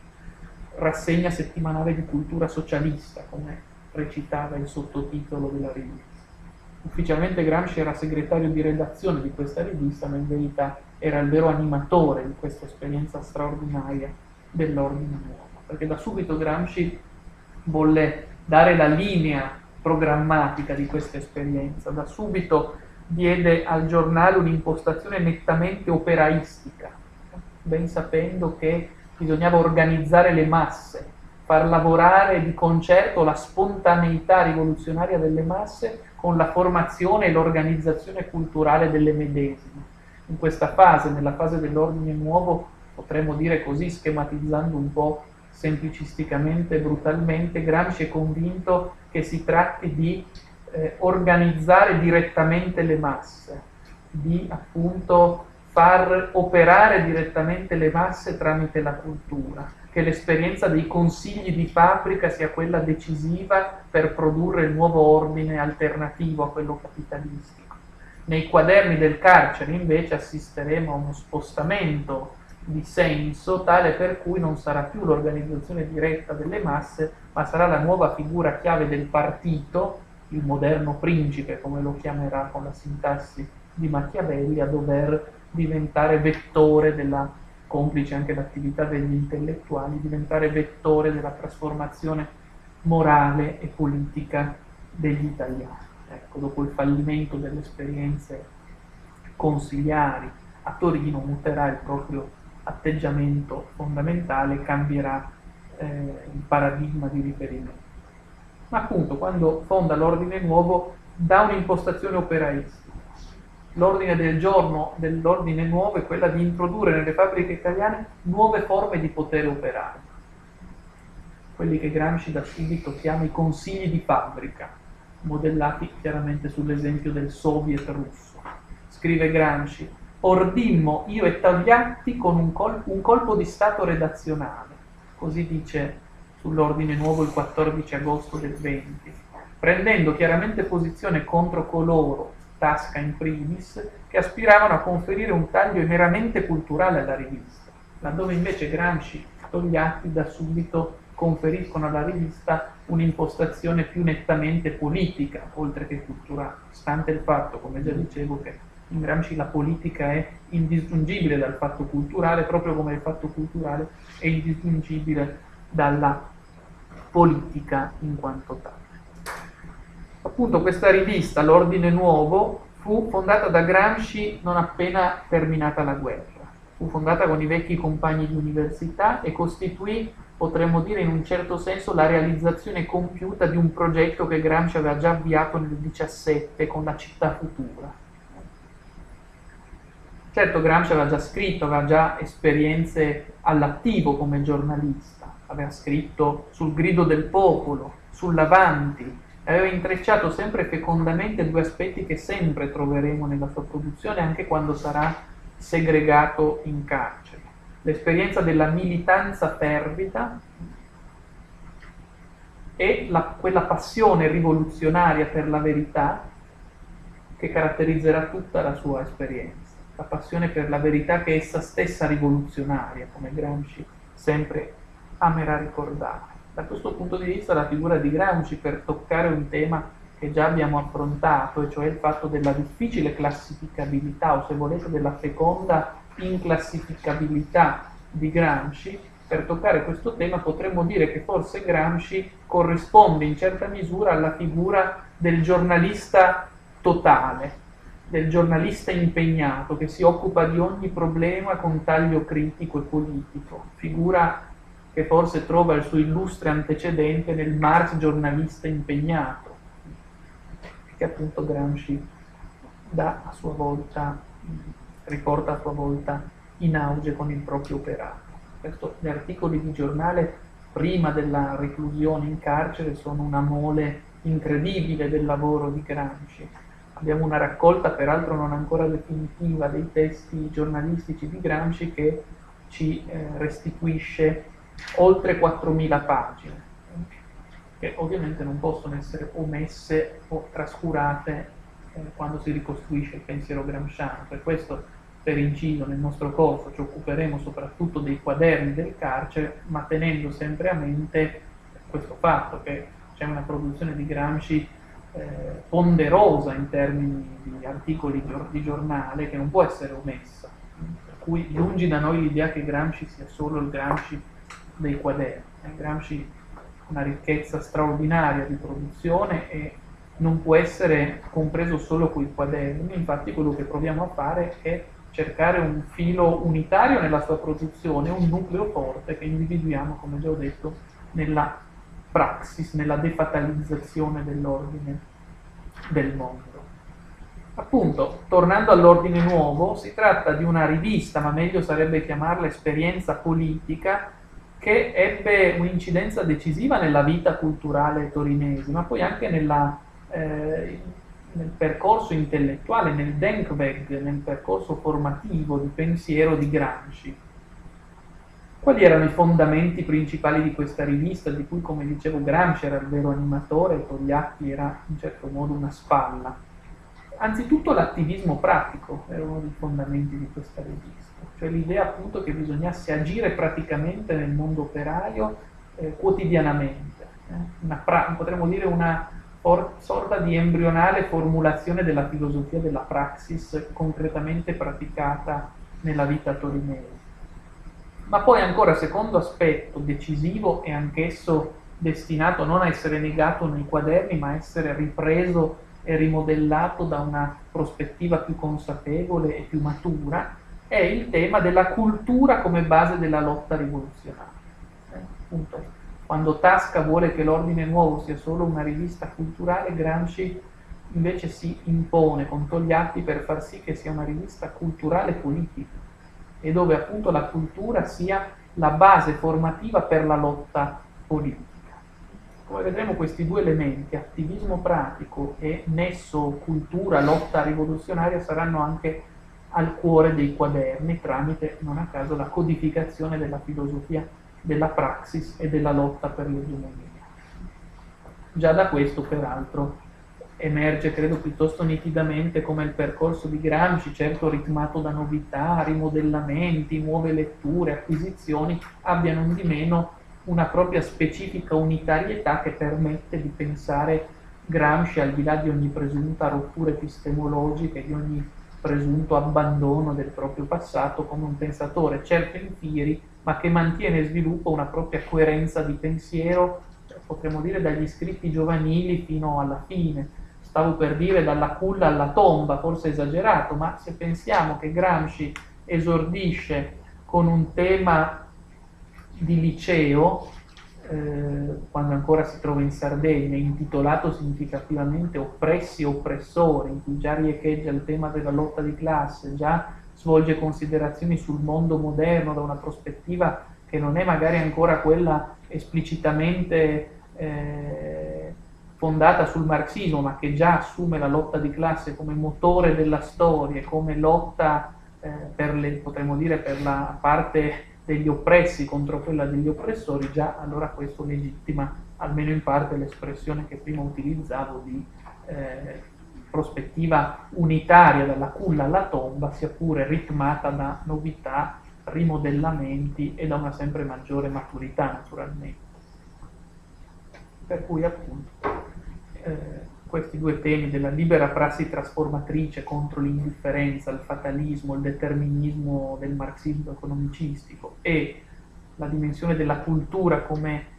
rassegna settimanale di cultura socialista, come recitava il sottotitolo della rivista. Ufficialmente Gramsci era segretario di redazione di questa rivista, ma in verità era il vero animatore di questa esperienza straordinaria dell'ordine nuovo, perché da subito Gramsci volle dare la linea programmatica di questa esperienza, da subito diede al giornale un'impostazione nettamente operaistica, ben sapendo che bisognava organizzare le masse, far lavorare di concerto la spontaneità rivoluzionaria delle masse con la formazione e l'organizzazione culturale delle medesime. In questa fase, nella fase dell'ordine nuovo, potremmo dire così, schematizzando un po' semplicisticamente e brutalmente, Gramsci è convinto che si tratti di organizzare direttamente le masse, di appunto far operare direttamente le masse tramite la cultura, che l'esperienza dei consigli di fabbrica sia quella decisiva per produrre il nuovo ordine alternativo a quello capitalistico. Nei quaderni del carcere invece assisteremo a uno spostamento di senso tale per cui non sarà più l'organizzazione diretta delle masse, ma sarà la nuova figura chiave del partito, il moderno principe, come lo chiamerà con la sintassi di Machiavelli, a dover diventare vettore della, complice anche l'attività degli intellettuali, diventare vettore della trasformazione morale e politica degli italiani. Ecco, dopo il fallimento delle esperienze consiliari a Torino muterà il proprio atteggiamento fondamentale, cambierà il paradigma di riferimento. Ma appunto quando fonda l'ordine nuovo dà un'impostazione operaistica. L'ordine del giorno dell'ordine nuovo è quella di introdurre nelle fabbriche italiane nuove forme di potere operario, quelli che Gramsci da subito chiama i consigli di fabbrica, modellati chiaramente sull'esempio del soviet russo. Scrive Gramsci: ordimmo io e Togliatti con un colpo di stato redazionale, così dice sull'ordine nuovo il 14 agosto del 20, prendendo chiaramente posizione contro coloro, Tasca in primis, che aspiravano a conferire un taglio meramente culturale alla rivista, laddove invece Gramsci e Togliatti da subito conferiscono alla rivista un'impostazione più nettamente politica, oltre che culturale, stante il fatto, come già dicevo, che in Gramsci la politica è indisgiungibile dal fatto culturale, proprio come il fatto culturale è indisgiungibile dalla politica in quanto tale. Appunto questa rivista, l'Ordine Nuovo, fu fondata da Gramsci non appena terminata la guerra. Fu fondata con i vecchi compagni di università e costituì, potremmo dire in un certo senso, la realizzazione compiuta di un progetto che Gramsci aveva già avviato nel 17 con la Città Futura. Certo, Gramsci aveva già scritto, aveva già esperienze all'attivo come giornalista, aveva scritto sul Grido del Popolo, sull'Avanti, aveva intrecciato sempre fecondamente due aspetti che sempre troveremo nella sua produzione, anche quando sarà segregato in carcere, l'esperienza della militanza fervida e quella passione rivoluzionaria per la verità che caratterizzerà tutta la sua esperienza, la passione per la verità che è essa stessa rivoluzionaria, come Gramsci sempre amerà ricordare. Da questo punto di vista la figura di Gramsci, per toccare un tema che già abbiamo affrontato, e cioè il fatto della difficile classificabilità, o se volete della feconda inclassificabilità di Gramsci, per toccare questo tema potremmo dire che forse Gramsci corrisponde in certa misura alla figura del giornalista totale, del giornalista impegnato che si occupa di ogni problema con taglio critico e politico, figura che forse trova il suo illustre antecedente nel Marx giornalista impegnato, che appunto Gramsci dà a sua volta, riporta a sua volta in auge con il proprio operato. Gli articoli di giornale prima della reclusione in carcere sono una mole incredibile del lavoro di Gramsci. Abbiamo una raccolta, peraltro non ancora definitiva, dei testi giornalistici di Gramsci che ci restituisce oltre 4.000 pagine, che ovviamente non possono essere omesse o trascurate quando si ricostruisce il pensiero gramsciano. Per questo, per inciso, nel nostro corso ci occuperemo soprattutto dei quaderni del carcere, ma tenendo sempre a mente questo fatto che c'è una produzione di Gramsci ponderosa in termini di articoli di giornale che non può essere omessa, per cui lungi da noi l'idea che Gramsci sia solo il Gramsci dei quaderni. Gramsci ha una ricchezza straordinaria di produzione e non può essere compreso solo coi quaderni. Infatti quello che proviamo a fare è cercare un filo unitario nella sua produzione, un nucleo forte che individuiamo, come già ho detto, nella praxis, nella defatalizzazione dell'ordine del mondo. Appunto, tornando all'ordine nuovo, si tratta di una rivista, ma meglio sarebbe chiamarla esperienza politica, che ebbe un'incidenza decisiva nella vita culturale torinese, ma poi anche nel percorso intellettuale, nel Denkweg, nel percorso formativo di pensiero di Gramsci. Quali erano i fondamenti principali di questa rivista, di cui, come dicevo, Gramsci era il vero animatore e Togliatti era in certo modo una spalla? Anzitutto l'attivismo pratico era uno dei fondamenti di questa rivista, cioè l'idea appunto che bisognasse agire praticamente nel mondo operaio quotidianamente, potremmo dire una sorta di embrionale formulazione della filosofia della praxis concretamente praticata nella vita torinese. Ma poi ancora, secondo aspetto decisivo e anch'esso destinato non a essere negato nei quaderni, ma a essere ripreso e rimodellato da una prospettiva più consapevole e più matura, è il tema della cultura come base della lotta rivoluzionaria. Appunto, quando Tasca vuole che l'Ordine Nuovo sia solo una rivista culturale, Gramsci invece si impone con Togliatti per far sì che sia una rivista culturale politica, e dove appunto la cultura sia la base formativa per la lotta politica. Come vedremo, questi due elementi, attivismo pratico e nesso cultura, lotta rivoluzionaria, saranno anche al cuore dei quaderni tramite, non a caso, la codificazione della filosofia della praxis e della lotta per l'egemonia. Già da questo, peraltro, emerge, credo, piuttosto nitidamente come il percorso di Gramsci, certo ritmato da novità, rimodellamenti, nuove letture, acquisizioni, abbiano nondimeno una propria specifica unitarietà che permette di pensare Gramsci al di là di ogni presunta rottura epistemologica e di ogni presunto abbandono del proprio passato, come un pensatore certo in fieri, ma che mantiene e sviluppa una propria coerenza di pensiero, potremmo dire dagli scritti giovanili fino alla fine. Stavo per dire dalla culla alla tomba, forse esagerato, ma se pensiamo che Gramsci esordisce con un tema di liceo, quando ancora si trova in Sardegna, intitolato significativamente Oppressi e oppressori, in cui già riecheggia il tema della lotta di classe, già svolge considerazioni sul mondo moderno da una prospettiva che non è magari ancora quella esplicitamente fondata sul marxismo, ma che già assume la lotta di classe come motore della storia, come lotta potremmo dire per la parte degli oppressi contro quella degli oppressori, già allora questo legittima almeno in parte l'espressione che prima utilizzavo di prospettiva unitaria dalla culla alla tomba, sia pure ritmata da novità, rimodellamenti e da una sempre maggiore maturità naturalmente. Per cui appunto questi due temi della libera prassi trasformatrice contro l'indifferenza, il fatalismo, il determinismo del marxismo economicistico e la dimensione della cultura come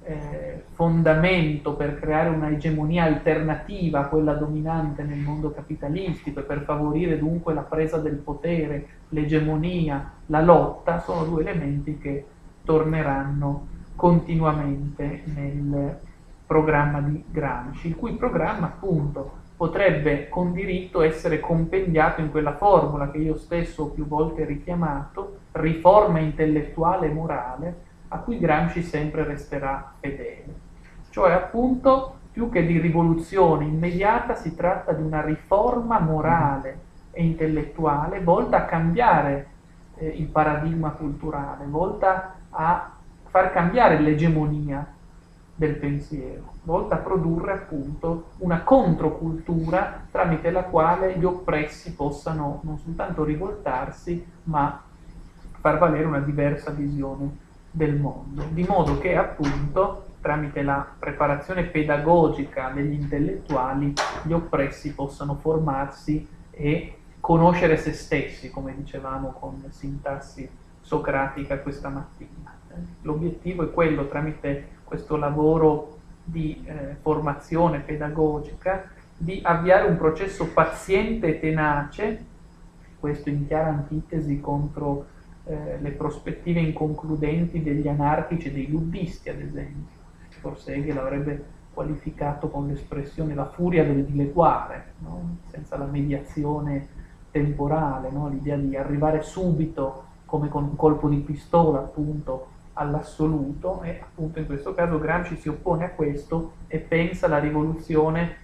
fondamento per creare una egemonia alternativa a quella dominante nel mondo capitalistico e per favorire dunque la presa del potere, l'egemonia, la lotta, sono due elementi che torneranno continuamente nel programma di Gramsci, il cui programma appunto potrebbe con diritto essere compendiato in quella formula che io stesso ho più volte richiamato, riforma intellettuale e morale, a cui Gramsci sempre resterà fedele. Cioè appunto più che di rivoluzione immediata si tratta di una riforma morale e intellettuale volta a cambiare il paradigma culturale, volta a far cambiare l'egemonia del pensiero, volta a produrre appunto una controcultura tramite la quale gli oppressi possano non soltanto rivoltarsi, ma far valere una diversa visione del mondo, di modo che appunto tramite la preparazione pedagogica degli intellettuali gli oppressi possano formarsi e conoscere se stessi, come dicevamo con sintassi socratica questa mattina. L'obiettivo è quello, tramite questo lavoro di formazione pedagogica, di avviare un processo paziente e tenace, questo in chiara antitesi contro le prospettive inconcludenti degli anarchici e dei luddisti, ad esempio. Forse Hegel avrebbe qualificato con l'espressione la furia del dileguare, no? Senza la mediazione temporale, no? L'idea di arrivare subito, come con un colpo di pistola, appunto, all'assoluto, e appunto in questo caso Gramsci si oppone a questo e pensa alla rivoluzione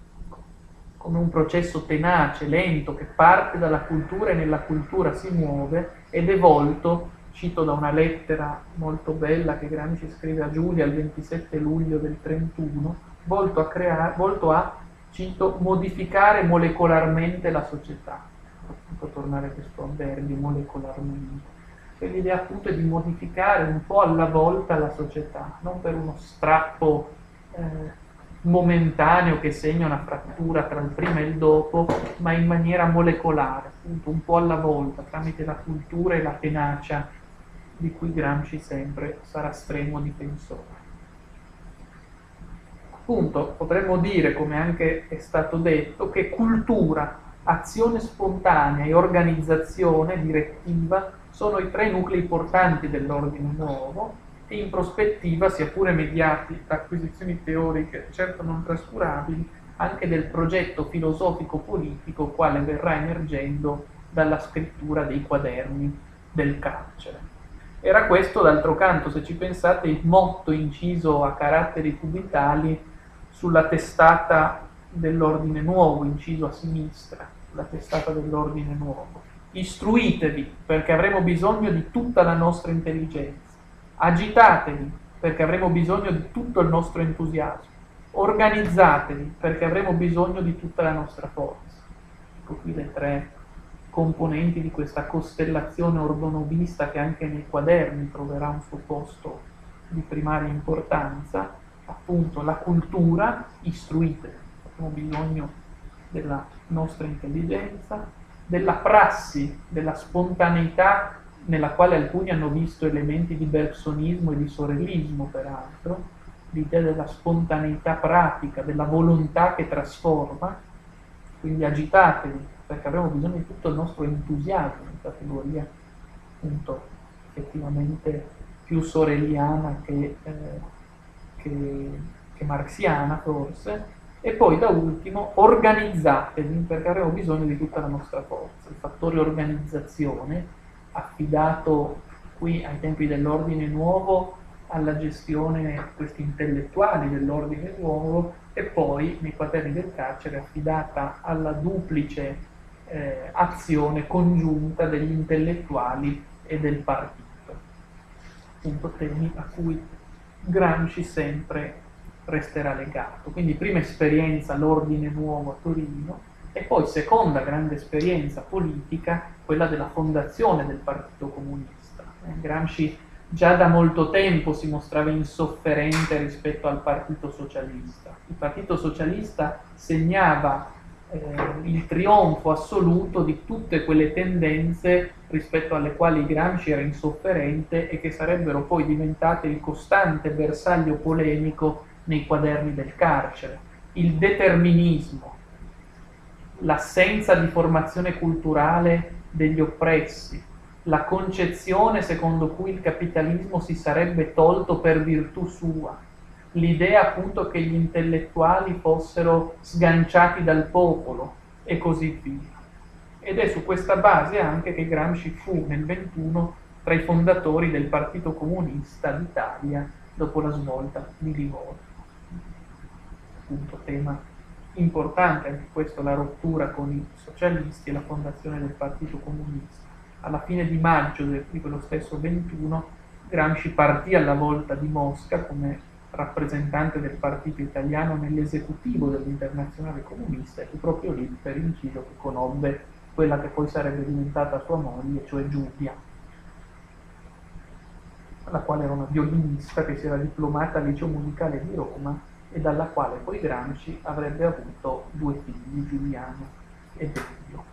come un processo tenace, lento, che parte dalla cultura e nella cultura si muove ed è volto, cito da una lettera molto bella che Gramsci scrive a Giulia il 27 luglio del 31, volto a, cito, modificare molecolarmente la società. Può tornare questo avverbio, molecolarmente. L'idea appunto è di modificare un po' alla volta la società, non per uno strappo momentaneo che segna una frattura tra il prima e il dopo, ma in maniera molecolare, appunto un po' alla volta, tramite la cultura e la tenacia di cui Gramsci sempre sarà strenuo difensore. Appunto potremmo dire, come anche è stato detto, che cultura, azione spontanea e organizzazione direttiva sono i tre nuclei portanti dell'ordine nuovo e in prospettiva, sia pure mediati da acquisizioni teoriche certo non trascurabili, anche del progetto filosofico-politico quale verrà emergendo dalla scrittura dei quaderni del carcere. Era questo, d'altro canto, se ci pensate, il motto inciso a caratteri cubitali sulla testata dell'ordine nuovo, inciso a sinistra, la testata dell'ordine nuovo. Istruitevi, perché avremo bisogno di tutta la nostra intelligenza. Agitatevi, perché avremo bisogno di tutto il nostro entusiasmo. Organizzatevi, perché avremo bisogno di tutta la nostra forza. Ecco qui le tre componenti di questa costellazione ordonovista che anche nei quaderni troverà un suo posto di primaria importanza. Appunto la cultura, istruitevi, abbiamo bisogno della nostra intelligenza, della prassi, della spontaneità nella quale alcuni hanno visto elementi di bergsonismo e di sorellismo, peraltro, l'idea della spontaneità pratica, della volontà che trasforma, quindi agitatevi, perché avremo bisogno di tutto il nostro entusiasmo, in categoria appunto effettivamente più sorelliana che marxiana forse, e poi da ultimo organizzatevi, perché avremo bisogno di tutta la nostra forza. Il fattore organizzazione, affidato qui ai tempi dell'ordine nuovo alla gestione questi intellettuali dell'ordine nuovo, e poi nei quaderni del carcere affidata alla duplice azione congiunta degli intellettuali e del partito. Appunto temi a cui Gramsci sempre resterà legato. Quindi prima esperienza l'Ordine Nuovo a Torino e poi seconda grande esperienza politica, quella della fondazione del Partito Comunista. Gramsci già da molto tempo si mostrava insofferente rispetto al Partito Socialista. Il Partito Socialista segnava il trionfo assoluto di tutte quelle tendenze rispetto alle quali Gramsci era insofferente e che sarebbero poi diventate il costante bersaglio polemico nei quaderni del carcere. Il determinismo, l'assenza di formazione culturale degli oppressi, la concezione secondo cui il capitalismo si sarebbe tolto per virtù sua, l'idea appunto che gli intellettuali fossero sganciati dal popolo e così via. Ed è su questa base anche che Gramsci fu nel 21 tra i fondatori del Partito Comunista d'Italia dopo la svolta di Livorno. Appunto tema importante anche questo, la rottura con i socialisti e la fondazione del Partito Comunista. Alla fine di maggio di quello stesso 21 Gramsci partì alla volta di Mosca come rappresentante del partito italiano nell'esecutivo dell'Internazionale Comunista e fu proprio lì per inciso che conobbe quella che poi sarebbe diventata sua moglie, cioè Giulia, la quale era una violinista che si era diplomata al Liceo Musicale di Roma e dalla quale poi Gramsci avrebbe avuto 2 figli, Giuliano e Delio.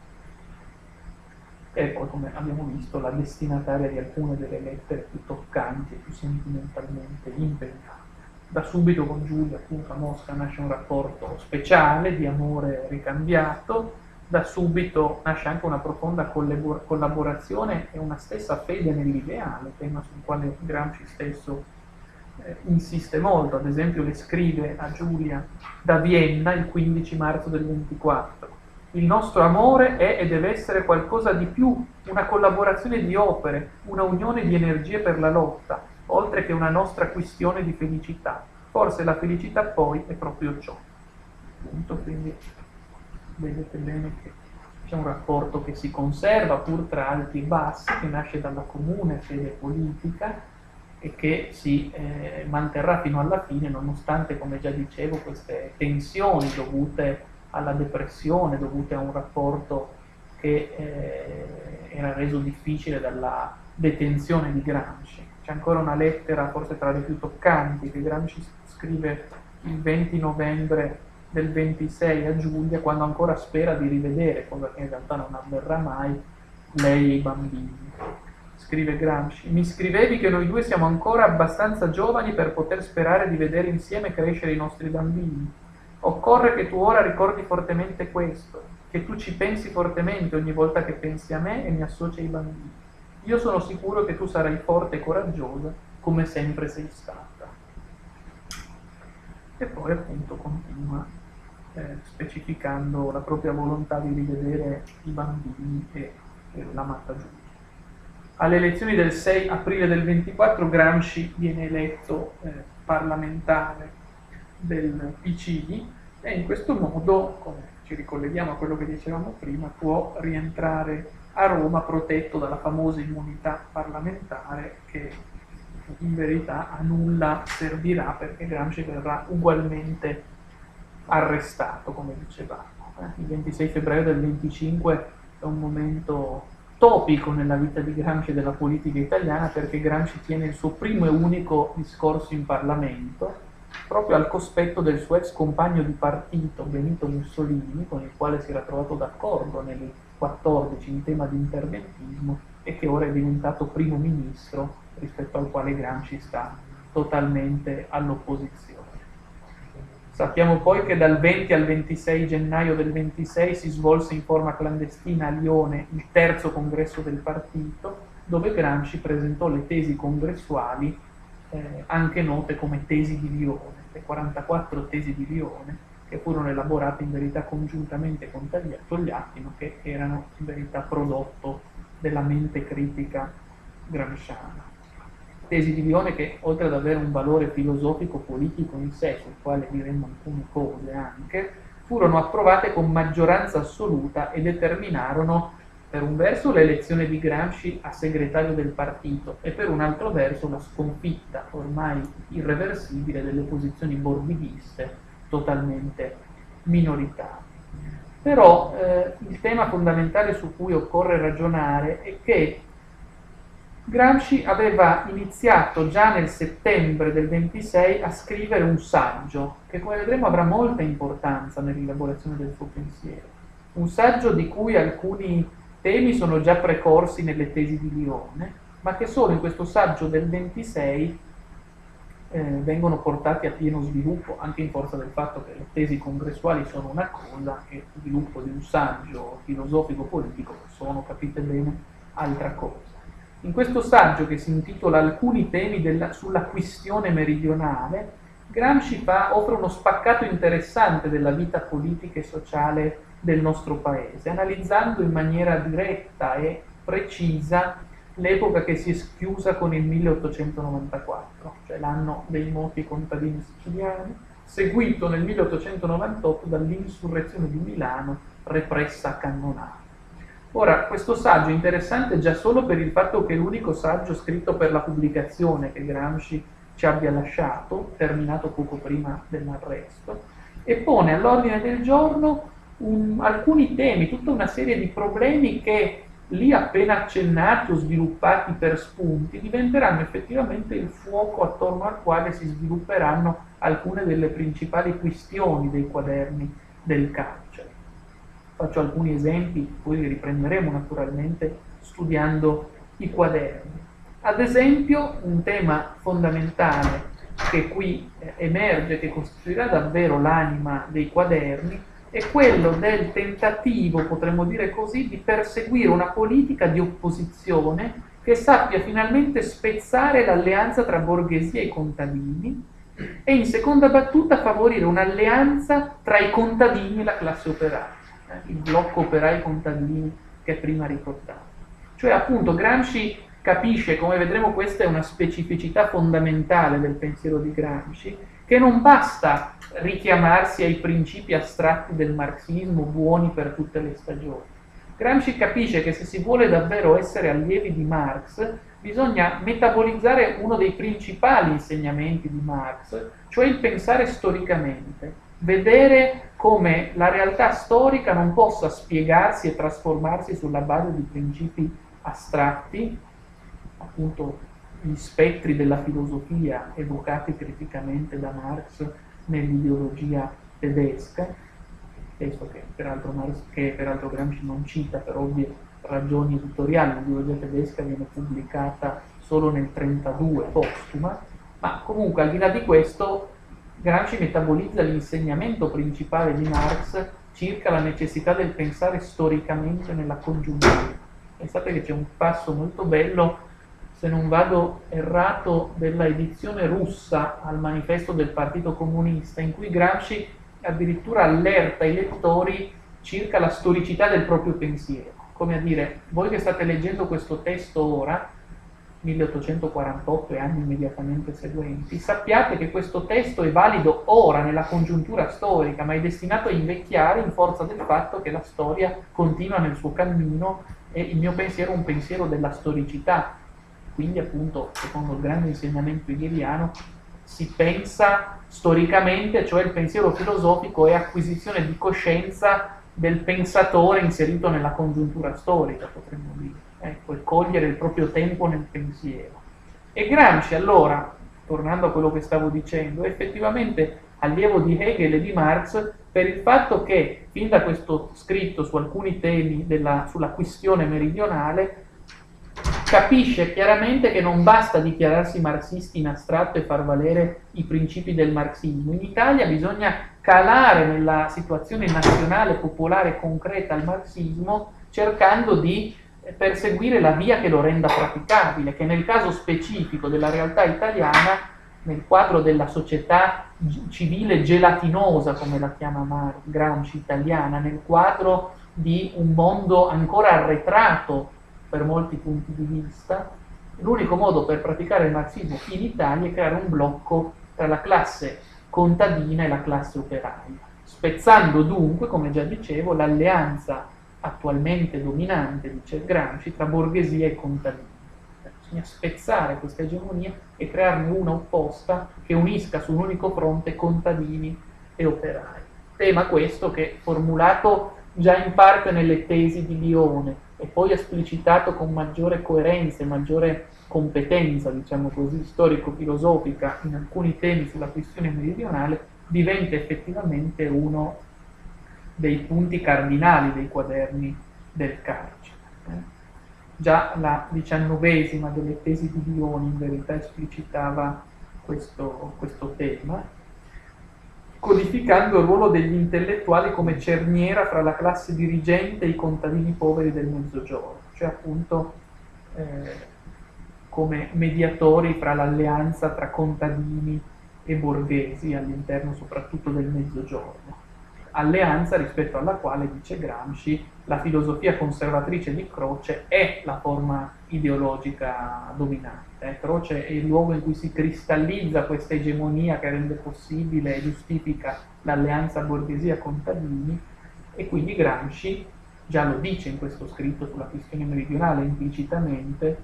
E poi, come abbiamo visto, la destinataria di alcune delle lettere più toccanti e più sentimentalmente impegnate. Da subito con Giulia, appunto, a Mosca nasce un rapporto speciale di amore ricambiato, da subito nasce anche una profonda collaborazione e una stessa fede nell'ideale, tema sul quale Gramsci stesso insiste molto. Ad esempio le scrive a Giulia da Vienna il 15 marzo del 24: il nostro amore è e deve essere qualcosa di più, una collaborazione di opere, una unione di energie per la lotta, oltre che una nostra questione di felicità. Forse la felicità poi è proprio ciò. Appunto, quindi vedete bene che c'è un rapporto che si conserva pur tra alti e bassi, che nasce dalla comune fede politica e che si manterrà fino alla fine, nonostante, come già dicevo, queste tensioni dovute alla depressione, dovute a un rapporto che era reso difficile dalla detenzione di Gramsci. C'è ancora una lettera, forse tra le più toccanti, che Gramsci scrive il 20 novembre del 26 a Giulia, quando ancora spera di rivedere, cosa che in realtà non avverrà mai, lei e i bambini. Scrive Gramsci: mi scrivevi che noi due siamo ancora abbastanza giovani per poter sperare di vedere insieme crescere i nostri bambini. Occorre che tu ora ricordi fortemente questo, che tu ci pensi fortemente ogni volta che pensi a me e mi associ ai bambini. Io sono sicuro che tu sarai forte e coraggiosa, come sempre sei stata. E poi appunto continua specificando la propria volontà di rivedere i bambini e l'amata Giulia. Alle elezioni del 6 aprile del 24 Gramsci viene eletto parlamentare del PCI e in questo modo, come ci ricolleghiamo a quello che dicevamo prima, può rientrare a Roma protetto dalla famosa immunità parlamentare che in verità a nulla servirà perché Gramsci verrà ugualmente arrestato, come dicevamo. Il 26 febbraio del 25 è un momento topico nella vita di Gramsci e della politica italiana, perché Gramsci tiene il suo primo e unico discorso in Parlamento proprio al cospetto del suo ex compagno di partito Benito Mussolini, con il quale si era trovato d'accordo nel 14 in tema di interventismo e che ora è diventato primo ministro, rispetto al quale Gramsci sta totalmente all'opposizione. Sappiamo poi che dal 20 al 26 gennaio del 26 si svolse in forma clandestina a Lione il terzo congresso del partito, dove Gramsci presentò le tesi congressuali, anche note come tesi di Lione, le 44 tesi di Lione, che furono elaborate in verità congiuntamente con Togliatti, ma che erano in verità prodotto della mente critica gramsciana. Tesi di Lione che, oltre ad avere un valore filosofico-politico in sé, sul quale diremmo alcune cose anche, furono approvate con maggioranza assoluta e determinarono per un verso l'elezione di Gramsci a segretario del partito e per un altro verso la sconfitta ormai irreversibile delle posizioni borghidiste totalmente minoritarie. Però il tema fondamentale su cui occorre ragionare è che Gramsci aveva iniziato già nel settembre del 26 a scrivere un saggio che, come vedremo, avrà molta importanza nell'elaborazione del suo pensiero. Un saggio di cui alcuni temi sono già precorsi nelle tesi di Lione, ma che solo in questo saggio del 26 vengono portati a pieno sviluppo, anche in forza del fatto che le tesi congressuali sono una cosa e lo sviluppo di un saggio filosofico-politico sono, capite bene, altra cosa. In questo saggio, che si intitola Alcuni temi sulla questione meridionale, Gramsci offre uno spaccato interessante della vita politica e sociale del nostro paese, analizzando in maniera diretta e precisa l'epoca che si è chiusa con il 1894, cioè l'anno dei moti contadini siciliani, seguito nel 1898 dall'insurrezione di Milano repressa a cannonate. Ora, questo saggio è interessante già solo per il fatto che è l'unico saggio scritto per la pubblicazione che Gramsci ci abbia lasciato, terminato poco prima dell'arresto, e pone all'ordine del giorno alcuni temi, tutta una serie di problemi che lì appena accennati o sviluppati per spunti diventeranno effettivamente il fuoco attorno al quale si svilupperanno alcune delle principali questioni dei quaderni del carcere. Faccio alcuni esempi, poi li riprenderemo naturalmente studiando i quaderni. Ad esempio, un tema fondamentale che qui emerge, che costituirà davvero l'anima dei quaderni, è quello del tentativo, potremmo dire così, di perseguire una politica di opposizione che sappia finalmente spezzare l'alleanza tra borghesia e contadini e in seconda battuta favorire un'alleanza tra i contadini e la classe operaia, il blocco operai contadini che prima ricordavo. Cioè appunto Gramsci capisce, come vedremo questa è una specificità fondamentale del pensiero di Gramsci, che non basta richiamarsi ai principi astratti del marxismo buoni per tutte le stagioni. Gramsci capisce che se si vuole davvero essere allievi di Marx, bisogna metabolizzare uno dei principali insegnamenti di Marx, cioè il pensare storicamente, vedere come la realtà storica non possa spiegarsi e trasformarsi sulla base di principi astratti, appunto gli spettri della filosofia evocati criticamente da Marx nell'ideologia tedesca, testo che peraltro Gramsci non cita per ovvie ragioni editoriali. L'ideologia tedesca viene pubblicata solo nel 1932, postuma, ma comunque al di là di questo Gramsci metabolizza l'insegnamento principale di Marx circa la necessità del pensare storicamente nella congiuntura. Pensate che c'è un passo molto bello, se non vado errato, della edizione russa al manifesto del Partito Comunista, in cui Gramsci addirittura allerta i lettori circa la storicità del proprio pensiero, come a dire, voi che state leggendo questo testo ora, 1848 e anni immediatamente seguenti, sappiate che questo testo è valido ora nella congiuntura storica, ma è destinato a invecchiare in forza del fatto che la storia continua nel suo cammino e il mio pensiero è un pensiero della storicità. Quindi appunto, secondo il grande insegnamento hegeliano, si pensa storicamente, cioè il pensiero filosofico è acquisizione di coscienza del pensatore inserito nella congiuntura storica, potremmo dire, ecco, e cogliere il proprio tempo nel pensiero. E Gramsci allora, tornando a quello che stavo dicendo, è effettivamente allievo di Hegel e di Marx per il fatto che, fin da questo scritto su alcuni temi sulla questione meridionale, capisce chiaramente che non basta dichiararsi marxisti in astratto e far valere i principi del marxismo. In Italia bisogna calare nella situazione nazionale, popolare, concreta il marxismo, cercando di perseguire la via che lo renda praticabile, che nel caso specifico della realtà italiana, nel quadro della società civile gelatinosa, come la chiama Gramsci, italiana, nel quadro di un mondo ancora arretrato per molti punti di vista, l'unico modo per praticare il marxismo in Italia è creare un blocco tra la classe contadina e la classe operaia. spezzando dunque, come già dicevo, l'alleanza attualmente dominante, dice Gramsci, tra borghesia e contadini. Bisogna spezzare questa egemonia e crearne una opposta che unisca su un unico fronte contadini e operai. Tema questo che, formulato già in parte nelle tesi di Lione e poi esplicitato con maggiore coerenza e maggiore competenza, diciamo così, storico-filosofica in alcuni temi sulla questione meridionale, diventa effettivamente uno dei punti cardinali dei quaderni del Carcere. Già la 19ª delle tesi di Lione in verità esplicitava questo tema, codificando il ruolo degli intellettuali come cerniera fra la classe dirigente e i contadini poveri del Mezzogiorno, cioè appunto come mediatori fra l'alleanza tra contadini e borghesi all'interno soprattutto del Mezzogiorno. Alleanza rispetto alla quale, dice Gramsci, la filosofia conservatrice di Croce è la forma ideologica dominante. Croce è il luogo in cui si cristallizza questa egemonia che rende possibile e giustifica l'alleanza borghesia-contadini, e quindi Gramsci già lo dice in questo scritto sulla questione meridionale implicitamente: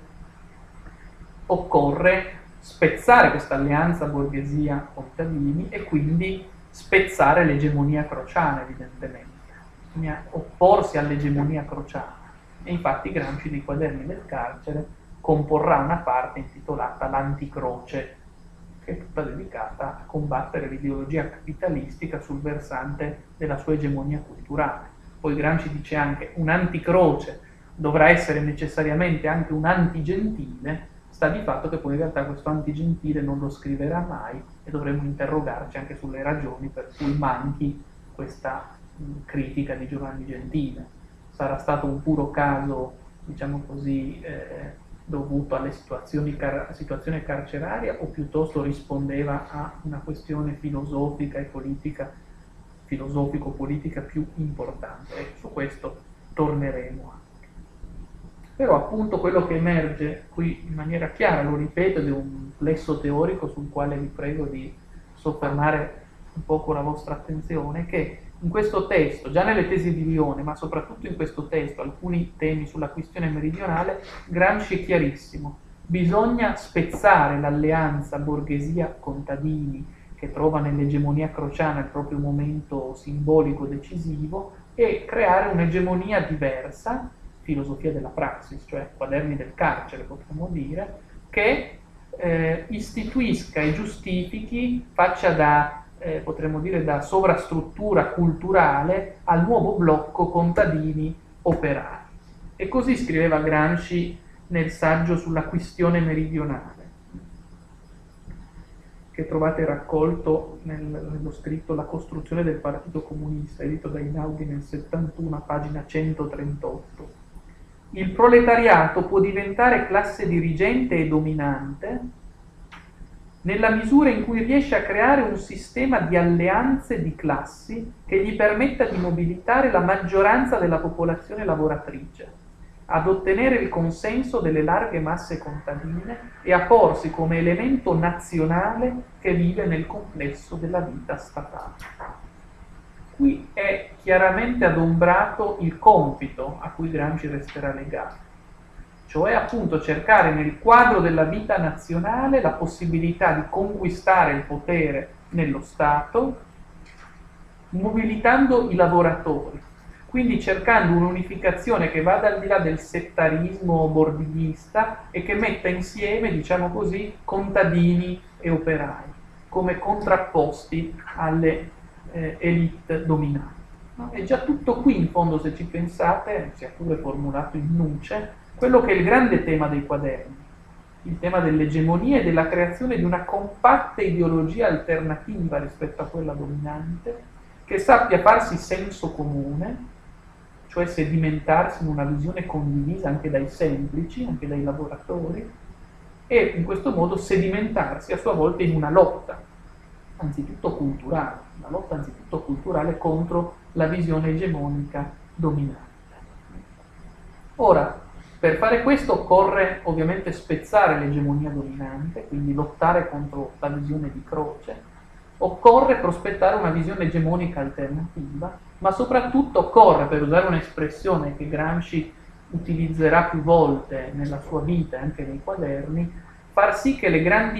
occorre spezzare questa alleanza borghesia-contadini e quindi spezzare l'egemonia crociana, evidentemente. Bisogna opporsi all'egemonia crociana. E infatti Gramsci nei quaderni del Carcere comporrà una parte intitolata L'Anticroce, che è tutta dedicata a combattere l'ideologia capitalistica sul versante della sua egemonia culturale. Poi Gramsci dice anche: un anticroce dovrà essere necessariamente anche un antigentile. Sta di fatto che poi in realtà questo antigentile non lo scriverà mai, e dovremmo interrogarci anche sulle ragioni per cui manchi questa critica di Giovanni Gentile. Sarà stato un puro caso, diciamo così, dovuto alle situazione carceraria, o piuttosto rispondeva a una questione filosofica e politica, filosofico-politica più importante? E su questo torneremo. Però appunto quello che emerge qui in maniera chiara, lo ripeto, ed è un plesso teorico sul quale vi prego di soffermare un poco la vostra attenzione, che in questo testo, già nelle tesi di Lione, ma soprattutto in questo testo, alcuni temi sulla questione meridionale, Gramsci è chiarissimo: bisogna spezzare l'alleanza borghesia-contadini che trova nell'egemonia crociana il proprio momento simbolico decisivo e creare un'egemonia diversa, filosofia della praxis, cioè quaderni del carcere potremmo dire, che istituisca e giustifichi, faccia da, potremmo dire, da sovrastruttura culturale al nuovo blocco contadini operai. E così scriveva Gramsci nel saggio sulla questione meridionale, che trovate raccolto nello scritto La costruzione del Partito Comunista, edito da Einaudi nel 71, pagina 138. Il proletariato può diventare classe dirigente e dominante nella misura in cui riesce a creare un sistema di alleanze di classi che gli permetta di mobilitare la maggioranza della popolazione lavoratrice, ad ottenere il consenso delle larghe masse contadine e a porsi come elemento nazionale che vive nel complesso della vita statale. Qui è chiaramente adombrato il compito a cui Gramsci resterà legato, cioè appunto cercare nel quadro della vita nazionale la possibilità di conquistare il potere nello Stato, mobilitando i lavoratori, quindi cercando un'unificazione che vada al di là del settarismo bordighista e che metta insieme, diciamo così, contadini e operai, come contrapposti alle elite dominanti. No? È già tutto qui in fondo, se ci pensate, sia pure formulato in nuce, quello che è il grande tema dei quaderni, il tema dell'egemonia e della creazione di una compatta ideologia alternativa rispetto a quella dominante, che sappia farsi senso comune, cioè sedimentarsi in una visione condivisa anche dai semplici, anche dai lavoratori, e in questo modo sedimentarsi a sua volta in una lotta, anzitutto culturale, una lotta anzitutto culturale contro la visione egemonica dominante. Ora, per fare questo occorre ovviamente spezzare l'egemonia dominante, quindi lottare contro la visione di Croce, occorre prospettare una visione egemonica alternativa, ma soprattutto occorre, per usare un'espressione che Gramsci utilizzerà più volte nella sua vita, anche nei quaderni, far sì che le grandi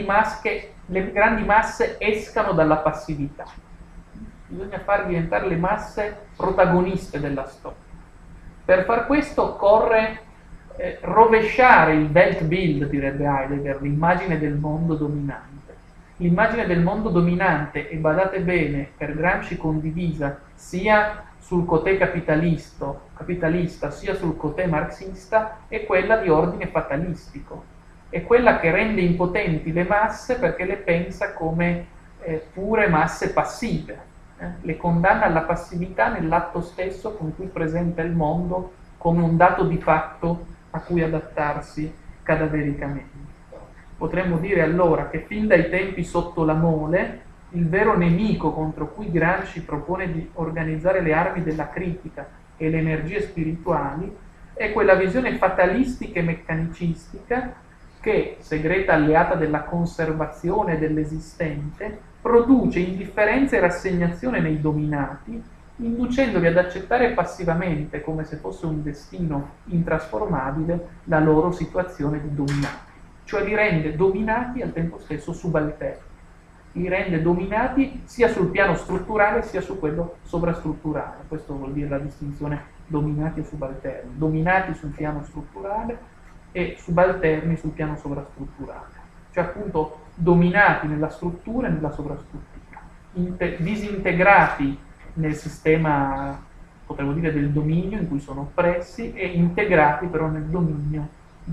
masse escano dalla passività. Bisogna far diventare le masse protagoniste della storia. Per far questo occorre rovesciare il Weltbild, direbbe Heidegger, l'immagine del mondo dominante. L'immagine del mondo dominante, e badate bene, per Gramsci condivisa sia sul cotè capitalista sia sul cotè marxista, è quella di ordine fatalistico. È quella che rende impotenti le masse perché le pensa come pure masse passive. Le condanna alla passività nell'atto stesso con cui presenta il mondo come un dato di fatto a cui adattarsi cadavericamente. Potremmo dire allora che fin dai tempi sotto la Mole, il vero nemico contro cui Gramsci propone di organizzare le armi della critica e le energie spirituali è quella visione fatalistica e meccanicistica che, segreta alleata della conservazione dell'esistente, produce indifferenza e rassegnazione nei dominati, inducendoli ad accettare passivamente, come se fosse un destino intrasformabile, la loro situazione di dominati. Cioè li rende dominati e al tempo stesso subalterni. Li rende dominati sia sul piano strutturale sia su quello sovrastrutturale. Questo vuol dire la distinzione dominati e subalterni. Dominati sul piano strutturale e subalterni sul piano sovrastrutturale. Cioè appunto dominati nella struttura e nella sovrastruttura. Disintegrati nel sistema, potremmo dire, del dominio in cui sono oppressi e integrati però nel dominio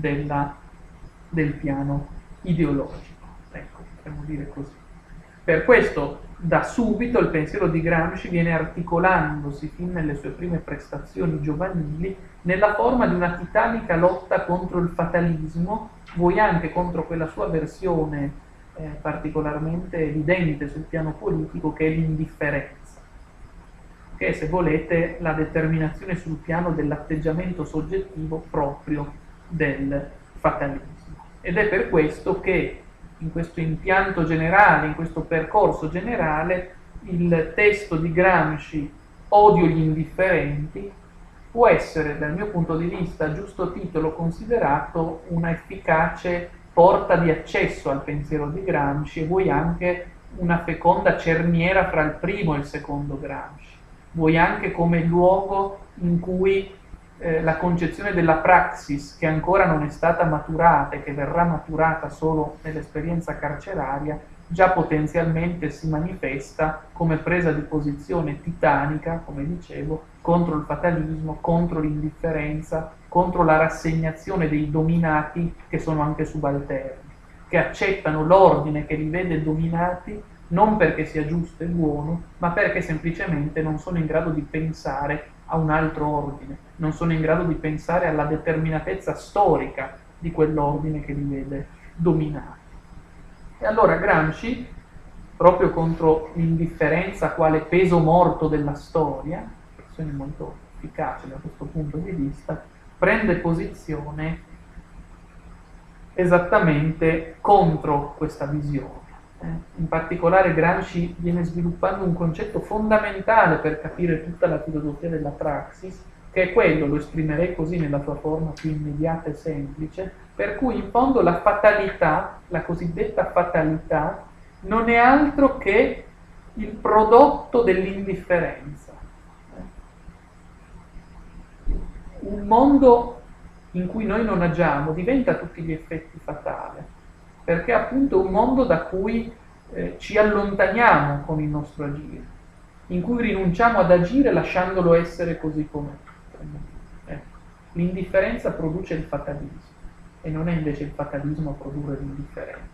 del piano ideologico. Ecco, potremmo dire così. Per questo, da subito, il pensiero di Gramsci viene articolandosi fin nelle sue prime prestazioni giovanili nella forma di una titanica lotta contro il fatalismo, vuoi anche contro quella sua versione particolarmente evidente sul piano politico che è l'indifferenza, che è, se volete, la determinazione sul piano dell'atteggiamento soggettivo proprio del fatalismo. Ed è per questo che in questo impianto generale, in questo percorso generale, il testo di Gramsci, Odio gli indifferenti, può essere, dal mio punto di vista, a giusto titolo considerato una efficace porta di accesso al pensiero di Gramsci e vuoi anche una feconda cerniera fra il primo e il secondo Gramsci, vuoi anche come luogo in cui la concezione della praxis, che ancora non è stata maturata e che verrà maturata solo nell'esperienza carceraria, già potenzialmente si manifesta come presa di posizione titanica, come dicevo, contro il fatalismo, contro l'indifferenza, contro la rassegnazione dei dominati che sono anche subalterni, che accettano l'ordine che li vede dominati non perché sia giusto e buono, ma perché semplicemente non sono in grado di pensare a un altro ordine, non sono in grado di pensare alla determinatezza storica di quell'ordine che li vede dominati. E allora Gramsci, proprio contro l'indifferenza quale peso morto della storia, espressione molto efficace da questo punto di vista, prende posizione esattamente contro questa visione. In particolare Gramsci viene sviluppando un concetto fondamentale per capire tutta la filosofia della praxis, che è quello, lo esprimerei così nella sua forma più immediata e semplice, per cui in fondo la fatalità, la cosiddetta fatalità, non è altro che il prodotto dell'indifferenza. Un mondo in cui noi non agiamo diventa a tutti gli effetti fatale, perché è appunto un mondo da cui ci allontaniamo con il nostro agire, in cui rinunciamo ad agire lasciandolo essere così com'è. L'indifferenza produce il fatalismo e non è invece il fatalismo a produrre l'indifferenza.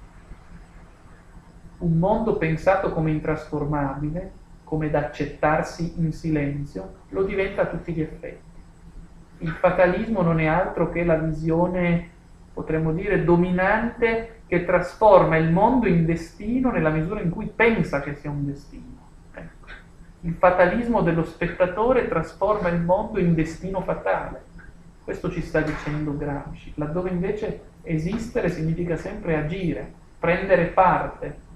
Un mondo pensato come intrasformabile, come da accettarsi in silenzio, lo diventa a tutti gli effetti. Il fatalismo non è altro che la visione, potremmo dire, dominante che trasforma il mondo in destino nella misura in cui pensa che sia un destino. Ecco. Il fatalismo dello spettatore trasforma il mondo in destino fatale. Questo ci sta dicendo Gramsci, laddove invece esistere significa sempre agire, prendere parte,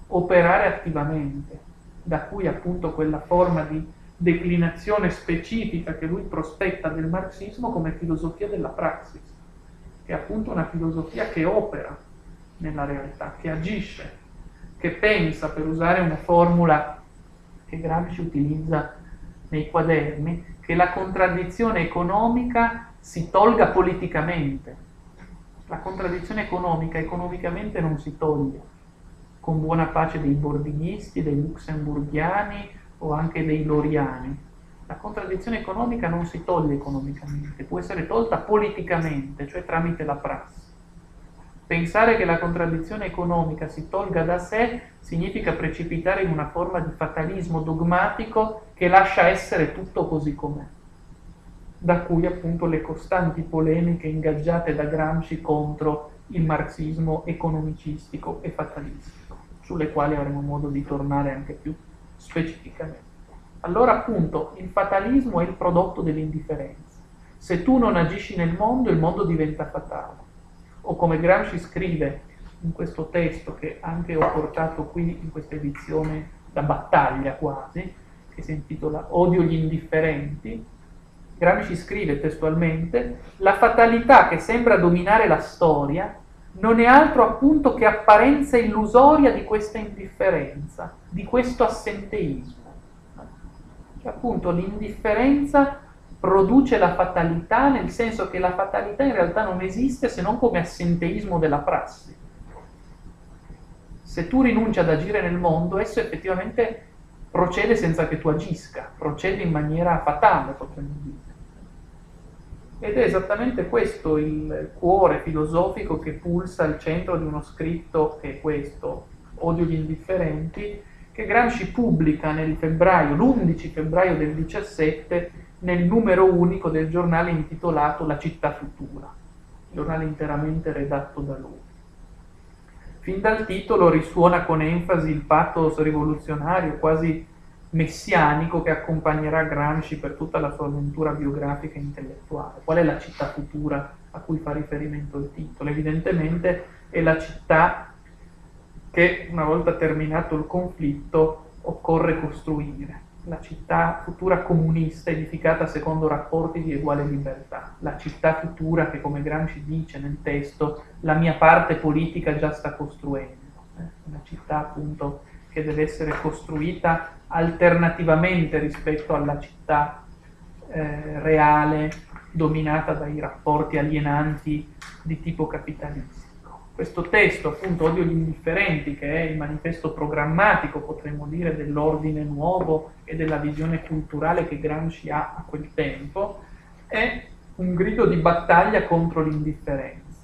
operare attivamente, da cui appunto quella forma di declinazione specifica che lui prospetta del marxismo come filosofia della praxis, che è appunto una filosofia che opera nella realtà, che agisce, che pensa, per usare una formula che Gramsci utilizza nei quaderni, che la contraddizione economica si tolga politicamente. La contraddizione economica economicamente non si toglie, con buona pace dei bordighisti, dei luxemburghiani o anche dei loriani. La contraddizione economica non si toglie economicamente, può essere tolta politicamente, cioè tramite la prassi. Pensare che la contraddizione economica si tolga da sé significa precipitare in una forma di fatalismo dogmatico che lascia essere tutto così com'è. Da cui appunto le costanti polemiche ingaggiate da Gramsci contro il marxismo economicistico e fatalistico, sulle quali avremo modo di tornare anche più specificamente. Allora appunto il fatalismo è il prodotto dell'indifferenza. Se tu non agisci nel mondo, il mondo diventa fatale. O come Gramsci scrive in questo testo che anche ho portato qui in questa edizione da battaglia quasi, che si intitola Odio gli indifferenti, Gramsci scrive testualmente: la fatalità che sembra dominare la storia non è altro appunto che apparenza illusoria di questa indifferenza, di questo assenteismo. Cioè, appunto l'indifferenza produce la fatalità, nel senso che la fatalità in realtà non esiste se non come assenteismo della prassi. Se tu rinunci ad agire nel mondo, esso effettivamente procede senza che tu agisca, procede in maniera fatale, potremmo dire. Ed è esattamente questo il cuore filosofico che pulsa al centro di uno scritto che è questo, Odio gli indifferenti, che Gramsci pubblica l'11 febbraio del 17 nel numero unico del giornale intitolato La città futura, giornale interamente redatto da lui. Fin dal titolo risuona con enfasi il pathos rivoluzionario, quasi messianico, che accompagnerà Gramsci per tutta la sua avventura biografica e intellettuale. Qual è la città futura a cui fa riferimento il titolo? Evidentemente è la città che, una volta terminato il conflitto, occorre costruire. La città futura comunista edificata secondo rapporti di uguale libertà. La città futura che, come Gramsci dice nel testo, la mia parte politica già sta costruendo. Una città appunto che deve essere costruita alternativamente rispetto alla città reale dominata dai rapporti alienanti di tipo capitalistico. Questo testo, appunto, Odio gli indifferenti, che è il manifesto programmatico, potremmo dire, dell'ordine nuovo e della visione culturale che Gramsci ha a quel tempo, è un grido di battaglia contro l'indifferenza.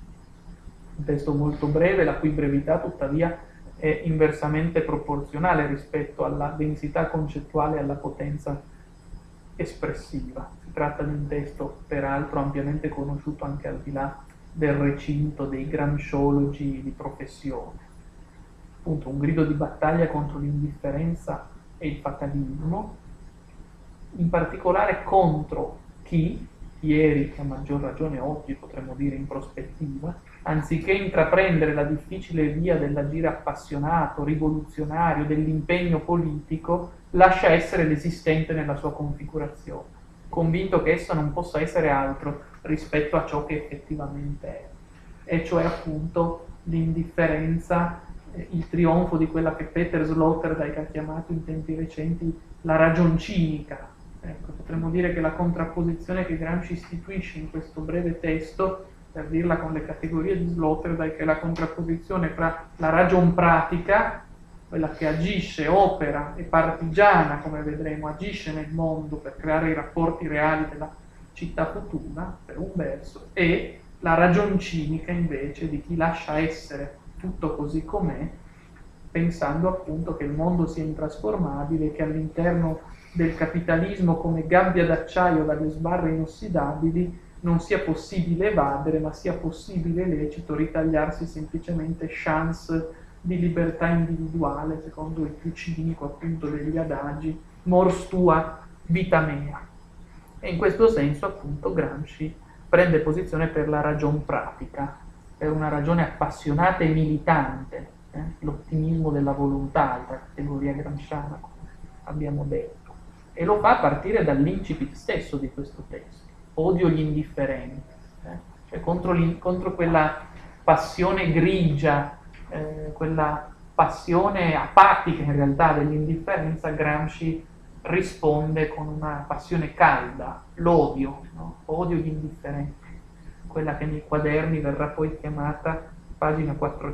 Un testo molto breve, la cui brevità tuttavia è inversamente proporzionale rispetto alla densità concettuale e alla potenza espressiva. Si tratta di un testo, peraltro, ampiamente conosciuto anche al di là del recinto dei gramsciologi di professione. Appunto, un grido di battaglia contro l'indifferenza e il fatalismo, in particolare contro chi, ieri e a maggior ragione oggi, potremmo dire in prospettiva, anziché intraprendere la difficile via dell'agire appassionato, rivoluzionario, dell'impegno politico, lascia essere l'esistente nella sua configurazione, convinto che essa non possa essere altro rispetto a ciò che effettivamente è, e cioè appunto l'indifferenza, il trionfo di quella che Peter Sloterdijk ha chiamato in tempi recenti la ragion cinica. Ecco, potremmo dire che la contrapposizione che Gramsci istituisce in questo breve testo, per dirla con le categorie di Sloterdijk, è la contrapposizione fra la ragion pratica, quella che agisce, opera, è partigiana, come vedremo, agisce nel mondo per creare i rapporti reali della città futura, per un verso, e la ragion cinica invece di chi lascia essere tutto così com'è, pensando appunto che il mondo sia intrasformabile e che all'interno del capitalismo come gabbia d'acciaio dalle sbarre inossidabili non sia possibile evadere, ma sia possibile lecito ritagliarsi semplicemente chance di libertà individuale, secondo il più cinico appunto degli adagi, mors tua, vita mea. E in questo senso appunto Gramsci prende posizione per la ragion pratica, per una ragione appassionata e militante. l'ottimismo della volontà, altra categoria gramsciana, come abbiamo detto, e lo fa a partire dall'incipit stesso di questo testo: odio gli indifferenti, cioè contro quella passione grigia, quella passione apatica in realtà dell'indifferenza. Gramsci risponde con una passione calda, l'odio, no? Odio gli indifferenti, quella che nei quaderni verrà poi chiamata, pagina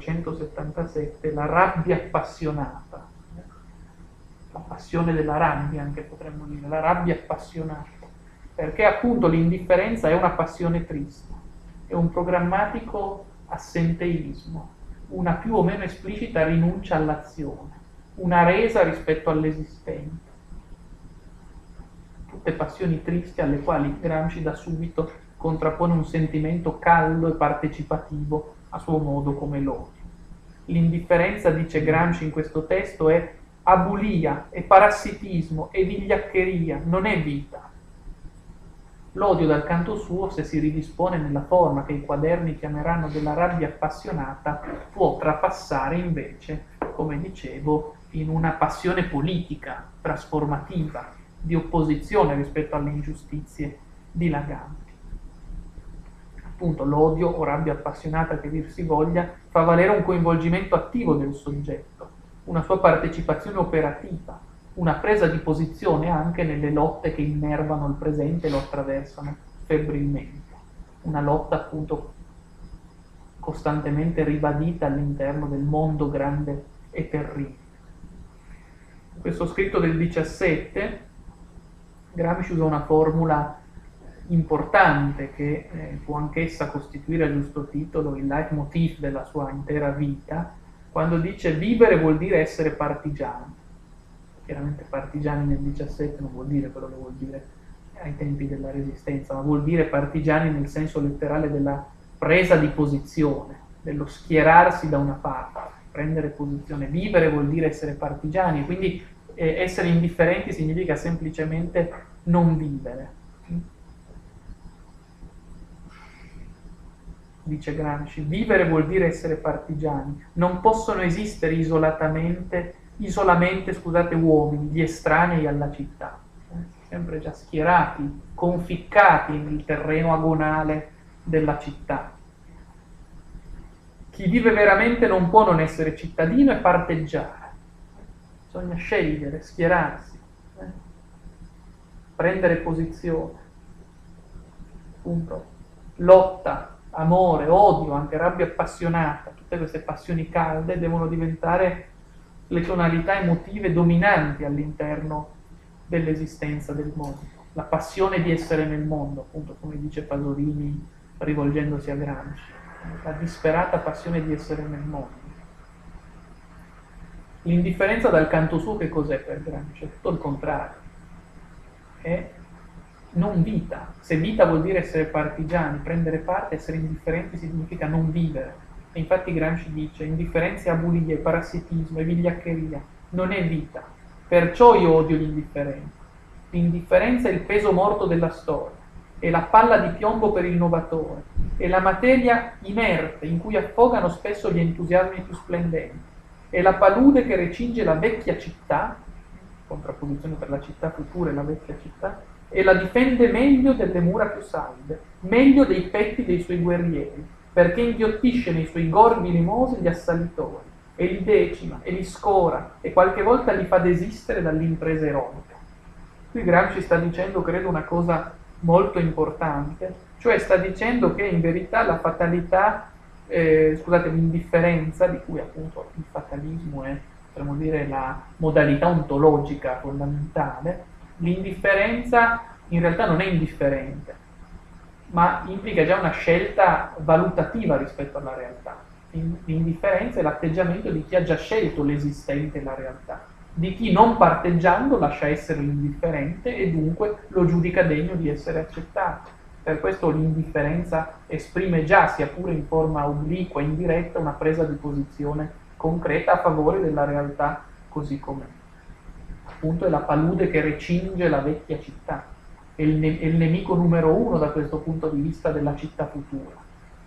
477, la rabbia appassionata, la passione della rabbia, anche potremmo dire, la rabbia appassionata, perché appunto l'indifferenza è una passione triste, è un programmatico assenteismo, una più o meno esplicita rinuncia all'azione, una resa rispetto all'esistente. Tutte passioni tristi alle quali Gramsci da subito contrappone un sentimento caldo e partecipativo, a suo modo, come l'odio. L'indifferenza, dice Gramsci in questo testo, è abulia, è parassitismo, è vigliaccheria, non è vita. L'odio, dal canto suo, se si ridispone nella forma che i quaderni chiameranno della rabbia appassionata, può trapassare invece, come dicevo, in una passione politica, trasformativa, di opposizione rispetto alle ingiustizie dilaganti. Appunto, l'odio o rabbia appassionata, che dir si voglia, fa valere un coinvolgimento attivo del soggetto, una sua partecipazione operativa, una presa di posizione anche nelle lotte che innervano il presente e lo attraversano febbrilmente, una lotta appunto costantemente ribadita all'interno del mondo grande e terribile. In questo scritto del 17 Gramsci usa una formula importante che può anch'essa costituire a giusto titolo il leitmotiv della sua intera vita, quando dice: vivere vuol dire essere partigiani. Chiaramente partigiani nel 17 non vuol dire quello che vuol dire ai tempi della Resistenza, ma vuol dire partigiani nel senso letterale della presa di posizione, dello schierarsi da una parte, prendere posizione. Vivere vuol dire essere partigiani, quindi essere indifferenti significa semplicemente non vivere. Dice Gramsci, vivere vuol dire essere partigiani, non possono esistere isolamente uomini, gli estranei alla città, sempre già schierati, conficcati nel terreno agonale della città. Chi vive veramente non può non essere cittadino e parteggiare, bisogna scegliere, schierarsi, prendere posizione, appunto, lotta, amore, odio, anche rabbia appassionata, tutte queste passioni calde devono diventare le tonalità emotive dominanti all'interno dell'esistenza del mondo. La passione di essere nel mondo, appunto, come dice Pasolini rivolgendosi a Gramsci, la disperata passione di essere nel mondo. L'indifferenza, dal canto suo, che cos'è per Gramsci? È tutto il contrario. È non vita. Se vita vuol dire essere partigiani, prendere parte, essere indifferenti significa non vivere. E infatti Gramsci dice: indifferenza è abulia, è parassitismo, è vigliaccheria, non è vita. Perciò io odio gli indifferenti. L'indifferenza è il peso morto della storia, è la palla di piombo per il novatore, è la materia inerte in cui affogano spesso gli entusiasmi più splendenti, è la palude che recinge la vecchia città, contrapposizione per la città futura e la vecchia città, e la difende meglio delle mura più salde, meglio dei petti dei suoi guerrieri, perché inghiottisce nei suoi gorghi limosi gli assalitori, e li decima, e li scora, e qualche volta li fa desistere dall'impresa eroica. Qui Gramsci sta dicendo, credo, una cosa molto importante, cioè sta dicendo che in verità la fatalità, l'indifferenza, di cui appunto il fatalismo è, potremmo dire, la modalità ontologica fondamentale, l'indifferenza in realtà non è indifferente, ma implica già una scelta valutativa rispetto alla realtà. L'indifferenza è l'atteggiamento di chi ha già scelto l'esistente e la realtà, di chi, non parteggiando, lascia essere l'indifferente e dunque lo giudica degno di essere accettato. Per questo l'indifferenza esprime già, sia pure in forma obliqua, indiretta, una presa di posizione concreta a favore della realtà così com'è. Appunto è la palude che recinge la vecchia città, è il nemico numero uno da questo punto di vista della città futura.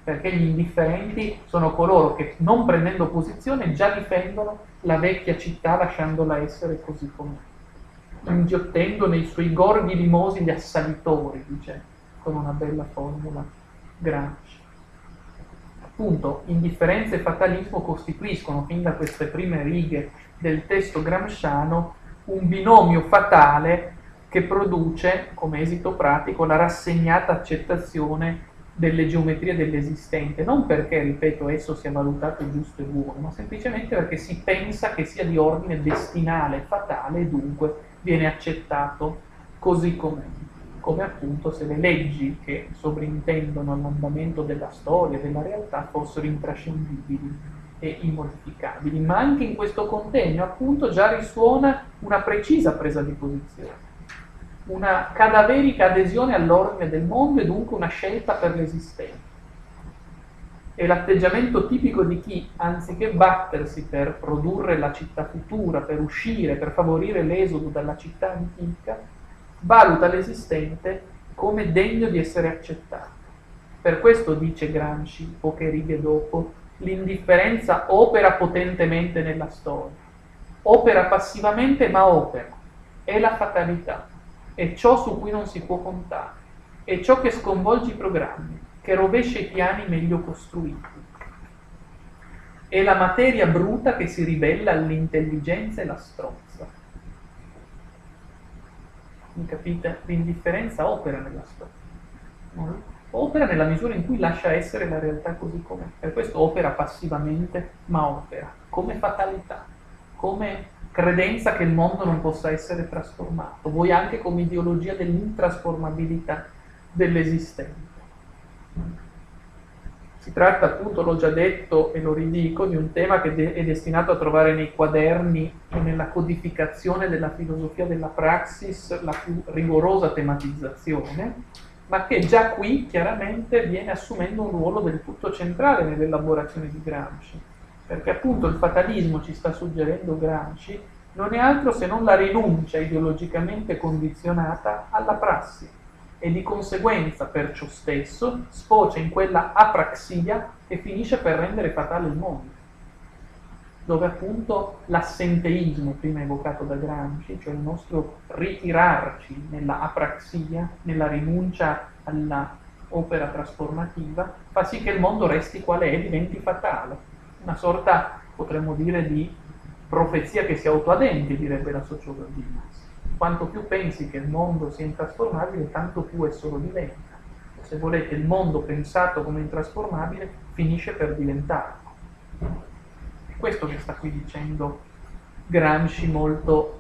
perché gli indifferenti sono coloro che, non prendendo posizione, già difendono la vecchia città lasciandola essere così com'è, inghiottendo nei suoi gorghi limosi gli assalitori, dice con una bella formula Gramsci. Appunto, indifferenza e fatalismo costituiscono, fin da queste prime righe del testo gramsciano, un binomio fatale che produce, come esito pratico, la rassegnata accettazione delle geometrie dell'esistente, non perché, ripeto, esso sia valutato giusto e buono, ma semplicemente perché si pensa che sia di ordine destinale, fatale, e dunque viene accettato così com'è, come appunto se le leggi che sovrintendono all'andamento della storia, della realtà, fossero imprescindibili e immodificabili. Ma anche in questo contegno, appunto, già risuona una precisa presa di posizione, una cadaverica adesione all'ordine del mondo e dunque una scelta per l'esistente. È l'atteggiamento tipico di chi, anziché battersi per produrre la città futura, per uscire, per favorire l'esodo dalla città antica, valuta l'esistente come degno di essere accettato. Per questo, dice Gramsci poche righe dopo, l'indifferenza opera potentemente nella storia, opera passivamente ma opera, è la fatalità, è ciò su cui non si può contare, è ciò che sconvolge i programmi, che rovescia i piani meglio costruiti. È la materia bruta che si ribella all'intelligenza e la strozza. Mi capite? L'indifferenza opera nella storia. Opera nella misura in cui lascia essere la realtà così com'è. Per questo opera passivamente, ma opera come fatalità, come credenza che il mondo non possa essere trasformato, voi anche come ideologia dell'intrasformabilità dell'esistente. Si tratta, appunto, l'ho già detto e lo ridico, di un tema che è destinato a trovare nei quaderni e nella codificazione della filosofia della praxis la più rigorosa tematizzazione, ma che già qui chiaramente viene assumendo un ruolo del tutto centrale nell'elaborazione di Gramsci, perché appunto il fatalismo, ci sta suggerendo Gramsci, non è altro se non la rinuncia ideologicamente condizionata alla prassi, e di conseguenza per ciò stesso sfocia in quella apraxia che finisce per rendere fatale il mondo, dove appunto l'assenteismo, prima evocato da Gramsci, cioè il nostro ritirarci nella apraxia, nella rinuncia alla opera trasformativa, fa sì che il mondo resti quale è, diventi fatale, una sorta, potremmo dire, di profezia che si autoadempie, direbbe la sociologia. Quanto più pensi che il mondo sia intrasformabile, tanto più esso lo diventa. Se volete, il mondo pensato come intrasformabile finisce per diventarlo. È questo che sta qui dicendo Gramsci molto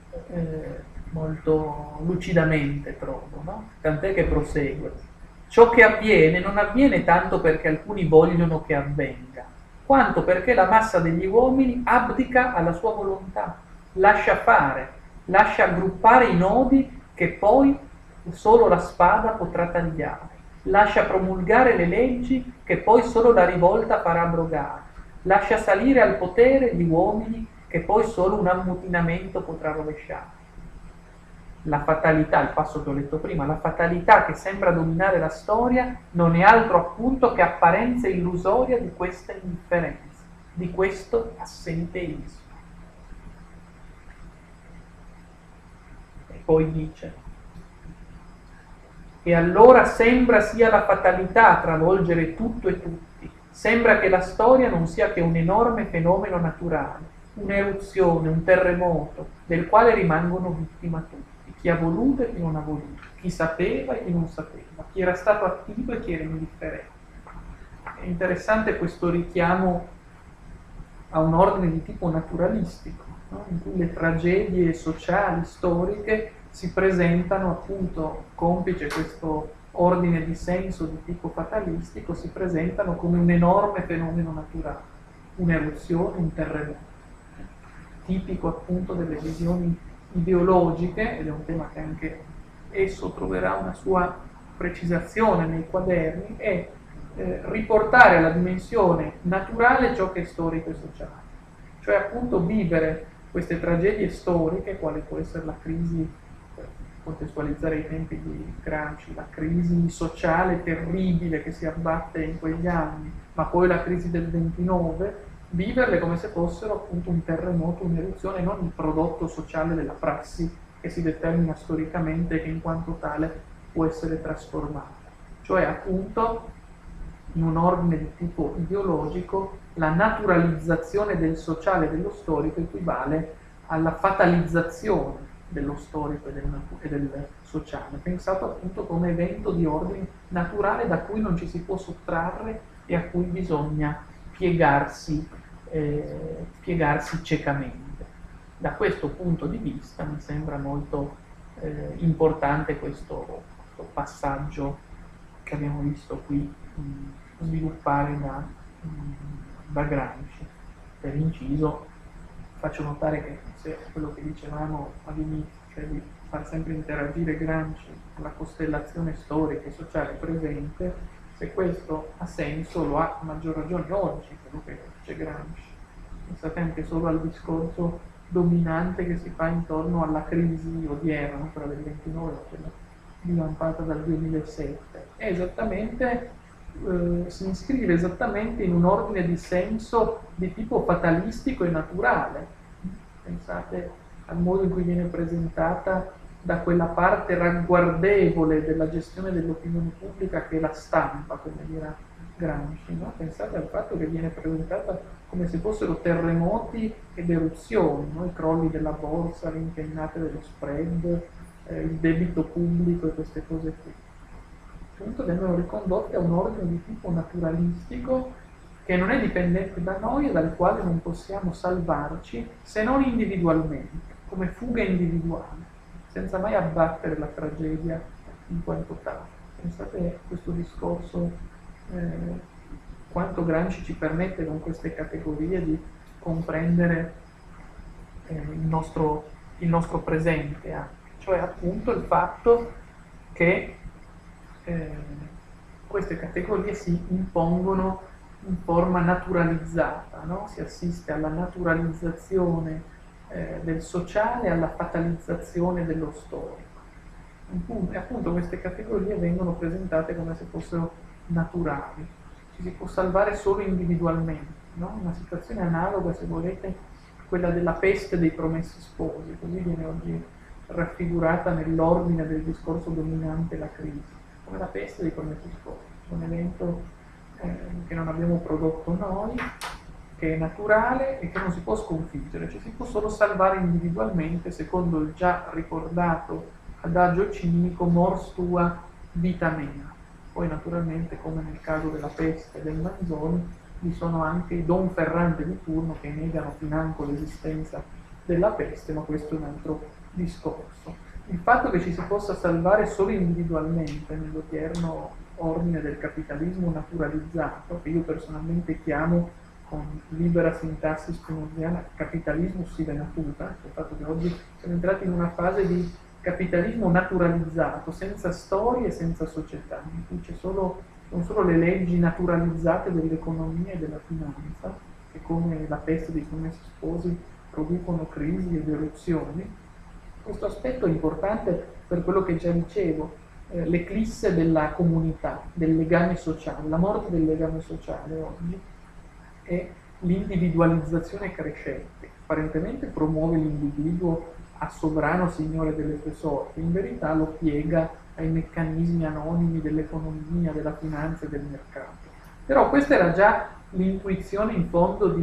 lucidamente, trovo, no? Tant'è che prosegue. Ciò che avviene non avviene tanto perché alcuni vogliono che avvenga, quanto perché la massa degli uomini abdica alla sua volontà, lascia fare, lascia aggruppare i nodi che poi solo la spada potrà tagliare, lascia promulgare le leggi che poi solo la rivolta farà abrogare, lascia salire al potere gli uomini che poi solo un ammutinamento potrà rovesciare. La fatalità, il passo che ho letto prima, la fatalità che sembra dominare la storia non è altro appunto che apparenza illusoria di questa indifferenza, di questo assenteismo. Poi dice, e allora sembra sia la fatalità a travolgere tutto e tutti, sembra che la storia non sia che un enorme fenomeno naturale, un'eruzione, un terremoto, del quale rimangono vittima tutti, chi ha voluto e chi non ha voluto, chi sapeva e chi non sapeva, chi era stato attivo e chi era indifferente. È interessante questo richiamo a un ordine di tipo naturalistico, no? In cui le tragedie sociali, storiche, si presentano appunto, complice questo ordine di senso di tipo fatalistico, si presentano come un enorme fenomeno naturale, un'eruzione, un terremoto, tipico appunto delle visioni ideologiche, ed è un tema che anche esso troverà una sua precisazione nei quaderni, è riportare alla dimensione naturale ciò che è storico e sociale, cioè appunto vivere queste tragedie storiche, quale può essere la crisi contestualizzare i tempi di Gramsci, la crisi sociale terribile che si abbatte in quegli anni, ma poi la crisi del 29, viverle come se fossero appunto un terremoto, un'eruzione, non il prodotto sociale della prassi che si determina storicamente e che in quanto tale può essere trasformata. Cioè appunto in un ordine di tipo ideologico la naturalizzazione del sociale e dello storico equivale alla fatalizzazione dello storico e del sociale, pensato appunto come evento di ordine naturale da cui non ci si può sottrarre e a cui bisogna piegarsi ciecamente. Da questo punto di vista mi sembra molto importante questo passaggio che abbiamo visto qui sviluppare da Gramsci. Per inciso faccio notare che se quello che dicevamo all'inizio, cioè di far sempre interagire Gramsci con la costellazione storica e sociale presente, se questo ha senso lo ha a maggior ragione oggi, quello che dice Gramsci. Pensate anche solo al discorso dominante che si fa intorno alla crisi odierna, non quella del 29, ma quella divampata dal 2007. È esattamente si iscrive esattamente in un ordine di senso di tipo fatalistico e naturale. Pensate al modo in cui viene presentata da quella parte ragguardevole della gestione dell'opinione pubblica che è la stampa, come dirà Gramsci, no? Pensate al fatto che viene presentata come se fossero terremoti ed eruzioni, no? I crolli della borsa, le impennate dello spread, il debito pubblico e queste cose qui. Appunto vengono ricondotte a un ordine di tipo naturalistico che non è dipendente da noi e dal quale non possiamo salvarci se non individualmente, come fuga individuale, senza mai abbattere la tragedia in quanto tale. Pensate a questo discorso, quanto Gramsci ci permette con queste categorie di comprendere il nostro presente, cioè appunto il fatto che queste categorie si impongono in forma naturalizzata, no? Si assiste alla naturalizzazione del sociale e alla fatalizzazione dello storico. E appunto queste categorie vengono presentate come se fossero naturali. Ci si può salvare solo individualmente, no? Una situazione analoga, se volete, quella della peste dei promessi sposi, così viene oggi raffigurata nell'ordine del discorso dominante la crisi, come la peste dei promessi sposi, un evento che non abbiamo prodotto noi, che è naturale e che non si può sconfiggere, ci si può solo salvare individualmente secondo il già ricordato adagio cinico mors tua vita mea. Poi naturalmente, come nel caso della peste del Manzoni, vi sono anche i Don Ferrante di turno che negano financo l'esistenza della peste, ma questo è un altro discorso. Il fatto che ci si possa salvare solo individualmente nell'odierno ordine del capitalismo naturalizzato, che io personalmente chiamo con libera sintassi spinoziana capitalismo sive natura, cioè il fatto che oggi siamo entrati in una fase di capitalismo naturalizzato, senza storie e senza società, in cui sono solo le leggi naturalizzate dell'economia e della finanza, che come la peste dei promessi sposi producono crisi ed eruzioni. Questo aspetto è importante per quello che già dicevo, l'eclisse della comunità, del legame sociale, la morte del legame sociale oggi è l'individualizzazione crescente, apparentemente promuove l'individuo a sovrano signore delle sue sorti, in verità lo piega ai meccanismi anonimi dell'economia, della finanza e del mercato. Però questa era già l'intuizione in fondo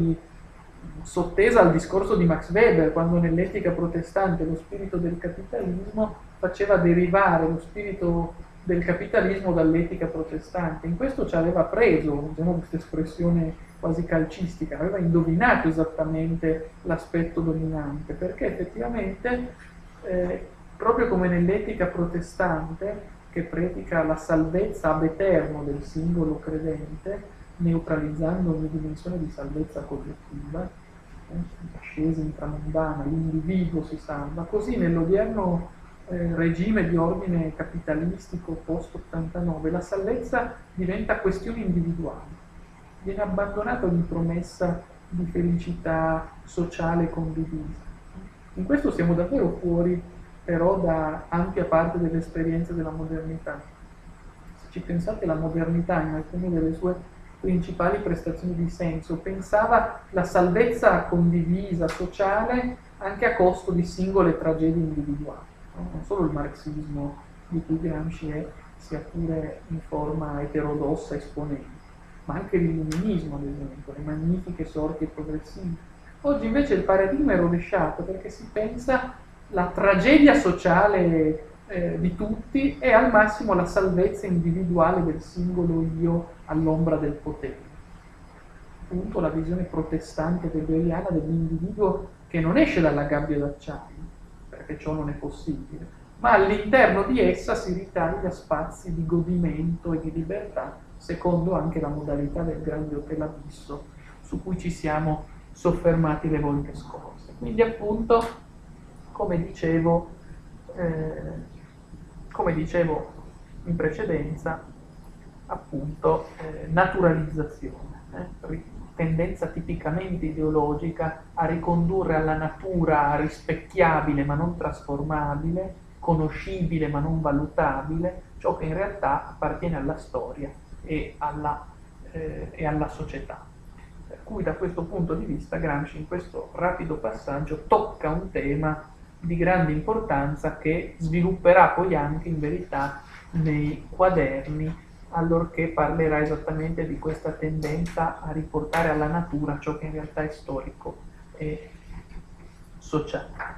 sottesa al discorso di Max Weber, quando nell'etica protestante lo spirito del capitalismo faceva derivare lo spirito del capitalismo dall'etica protestante. In questo ci aveva preso, usiamo questa espressione quasi calcistica, aveva indovinato esattamente l'aspetto dominante, perché effettivamente, proprio come nell'etica protestante, che predica la salvezza ab eterno del singolo credente, neutralizzando ogni dimensione di salvezza collettiva, ascesa intramondana, l'individuo si salva, così nell'odierno regime di ordine capitalistico post-89 la salvezza diventa questione individuale, viene abbandonata ogni promessa di felicità sociale condivisa. In questo siamo davvero fuori però da ampia parte dell'esperienza della modernità. Se ci pensate, la modernità in alcune delle sue principali prestazioni di senso pensava la salvezza condivisa, sociale, anche a costo di singole tragedie individuali. No? Non solo il marxismo di cui Gramsci è, sia pure in forma eterodossa esponente, ma anche l'illuminismo, ad esempio, le magnifiche sorti progressive. Oggi invece il paradigma è rovesciato perché si pensa la tragedia sociale di tutti e al massimo la salvezza individuale del singolo io all'ombra del potere. Appunto la visione protestante weberiana dell'individuo che non esce dalla gabbia d'acciaio, perché ciò non è possibile, ma all'interno di essa si ritaglia spazi di godimento e di libertà, secondo anche la modalità del grande hotel abisso su cui ci siamo soffermati le volte scorse. Quindi appunto, come dicevo in precedenza, appunto naturalizzazione, tendenza tipicamente ideologica a ricondurre alla natura rispecchiabile ma non trasformabile, conoscibile ma non valutabile, ciò che in realtà appartiene alla storia e alla società. Per cui da questo punto di vista Gramsci in questo rapido passaggio tocca un tema di grande importanza che svilupperà poi anche in verità nei quaderni, allorché parlerà esattamente di questa tendenza a riportare alla natura ciò che in realtà è storico e sociale.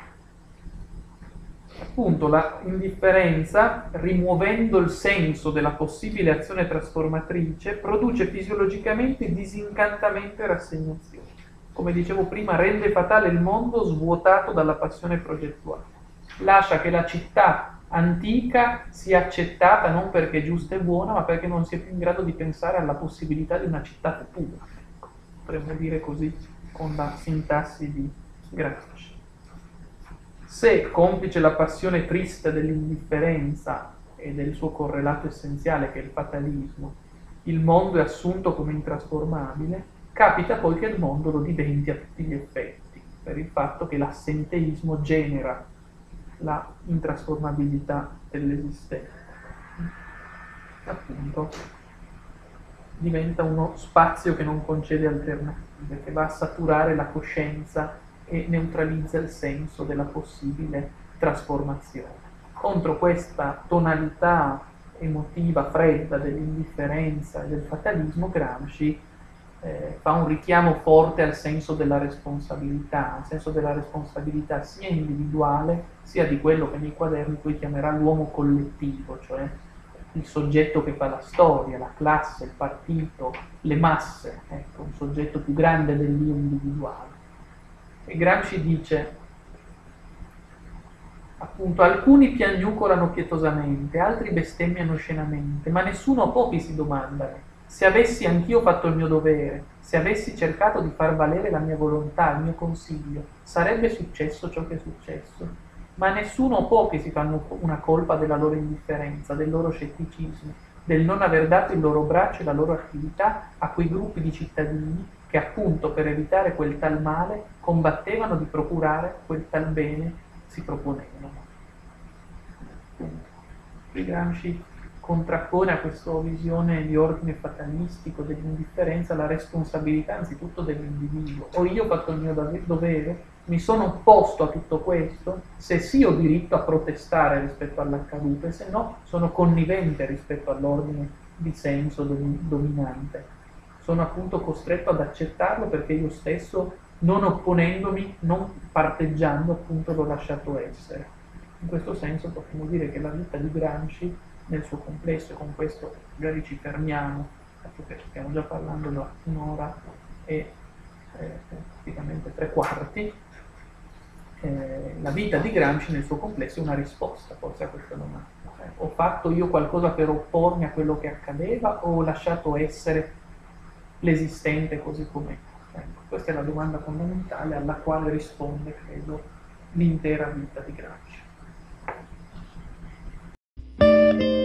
Appunto la indifferenza, rimuovendo il senso della possibile azione trasformatrice, produce fisiologicamente disincantamento e rassegnazione. Come dicevo prima, rende fatale il mondo svuotato dalla passione progettuale. Lascia che la città antica sia accettata non perché è giusta e buona, ma perché non si è più in grado di pensare alla possibilità di una città futura. Potremmo dire così con la sintassi di Gramsci. Se, complice la passione triste dell'indifferenza e del suo correlato essenziale, che è il fatalismo, il mondo è assunto come intrasformabile, capita poi che il mondo lo diventi a tutti gli effetti, per il fatto che l'assenteismo genera la intrasformabilità dell'esistente. Appunto, diventa uno spazio che non concede alternative, che va a saturare la coscienza e neutralizza il senso della possibile trasformazione. Contro questa tonalità emotiva fredda dell'indifferenza e del fatalismo, Gramsci fa un richiamo forte al senso della responsabilità, sia individuale sia di quello che nei quaderni poi chiamerà l'uomo collettivo, cioè il soggetto che fa la storia, la classe, il partito, le masse, ecco, un soggetto più grande dell'io individuale. E Gramsci dice, appunto, alcuni piagnucolano pietosamente, altri bestemmiano oscenamente, ma nessuno o pochi si domandano: se avessi anch'io fatto il mio dovere, se avessi cercato di far valere la mia volontà, il mio consiglio, sarebbe successo ciò che è successo? Ma nessuno o pochi si fanno una colpa della loro indifferenza, del loro scetticismo, del non aver dato il loro braccio e la loro attività a quei gruppi di cittadini che appunto per evitare quel tal male combattevano di procurare quel tal bene si proponevano. Qui Gramsci contrappone a questa visione di ordine fatalistico dell'indifferenza la responsabilità anzitutto dell'individuo. O io ho fatto il mio dovere, mi sono opposto a tutto questo, se sì ho diritto a protestare rispetto all'accaduto e se no sono connivente rispetto all'ordine di senso dominante. Sono appunto costretto ad accettarlo perché io stesso, non opponendomi, non parteggiando, appunto l'ho lasciato essere. In questo senso possiamo dire che la vita di Gramsci nel suo complesso, e con questo magari ci fermiamo, perché stiamo già parlando da un'ora e praticamente 3/4, la vita di Gramsci nel suo complesso è una risposta forse a questa domanda. Ho fatto io qualcosa per oppormi a quello che accadeva o ho lasciato essere l'esistente così com'è? Ecco, questa è la domanda fondamentale alla quale risponde, credo, l'intera vita di Gramsci.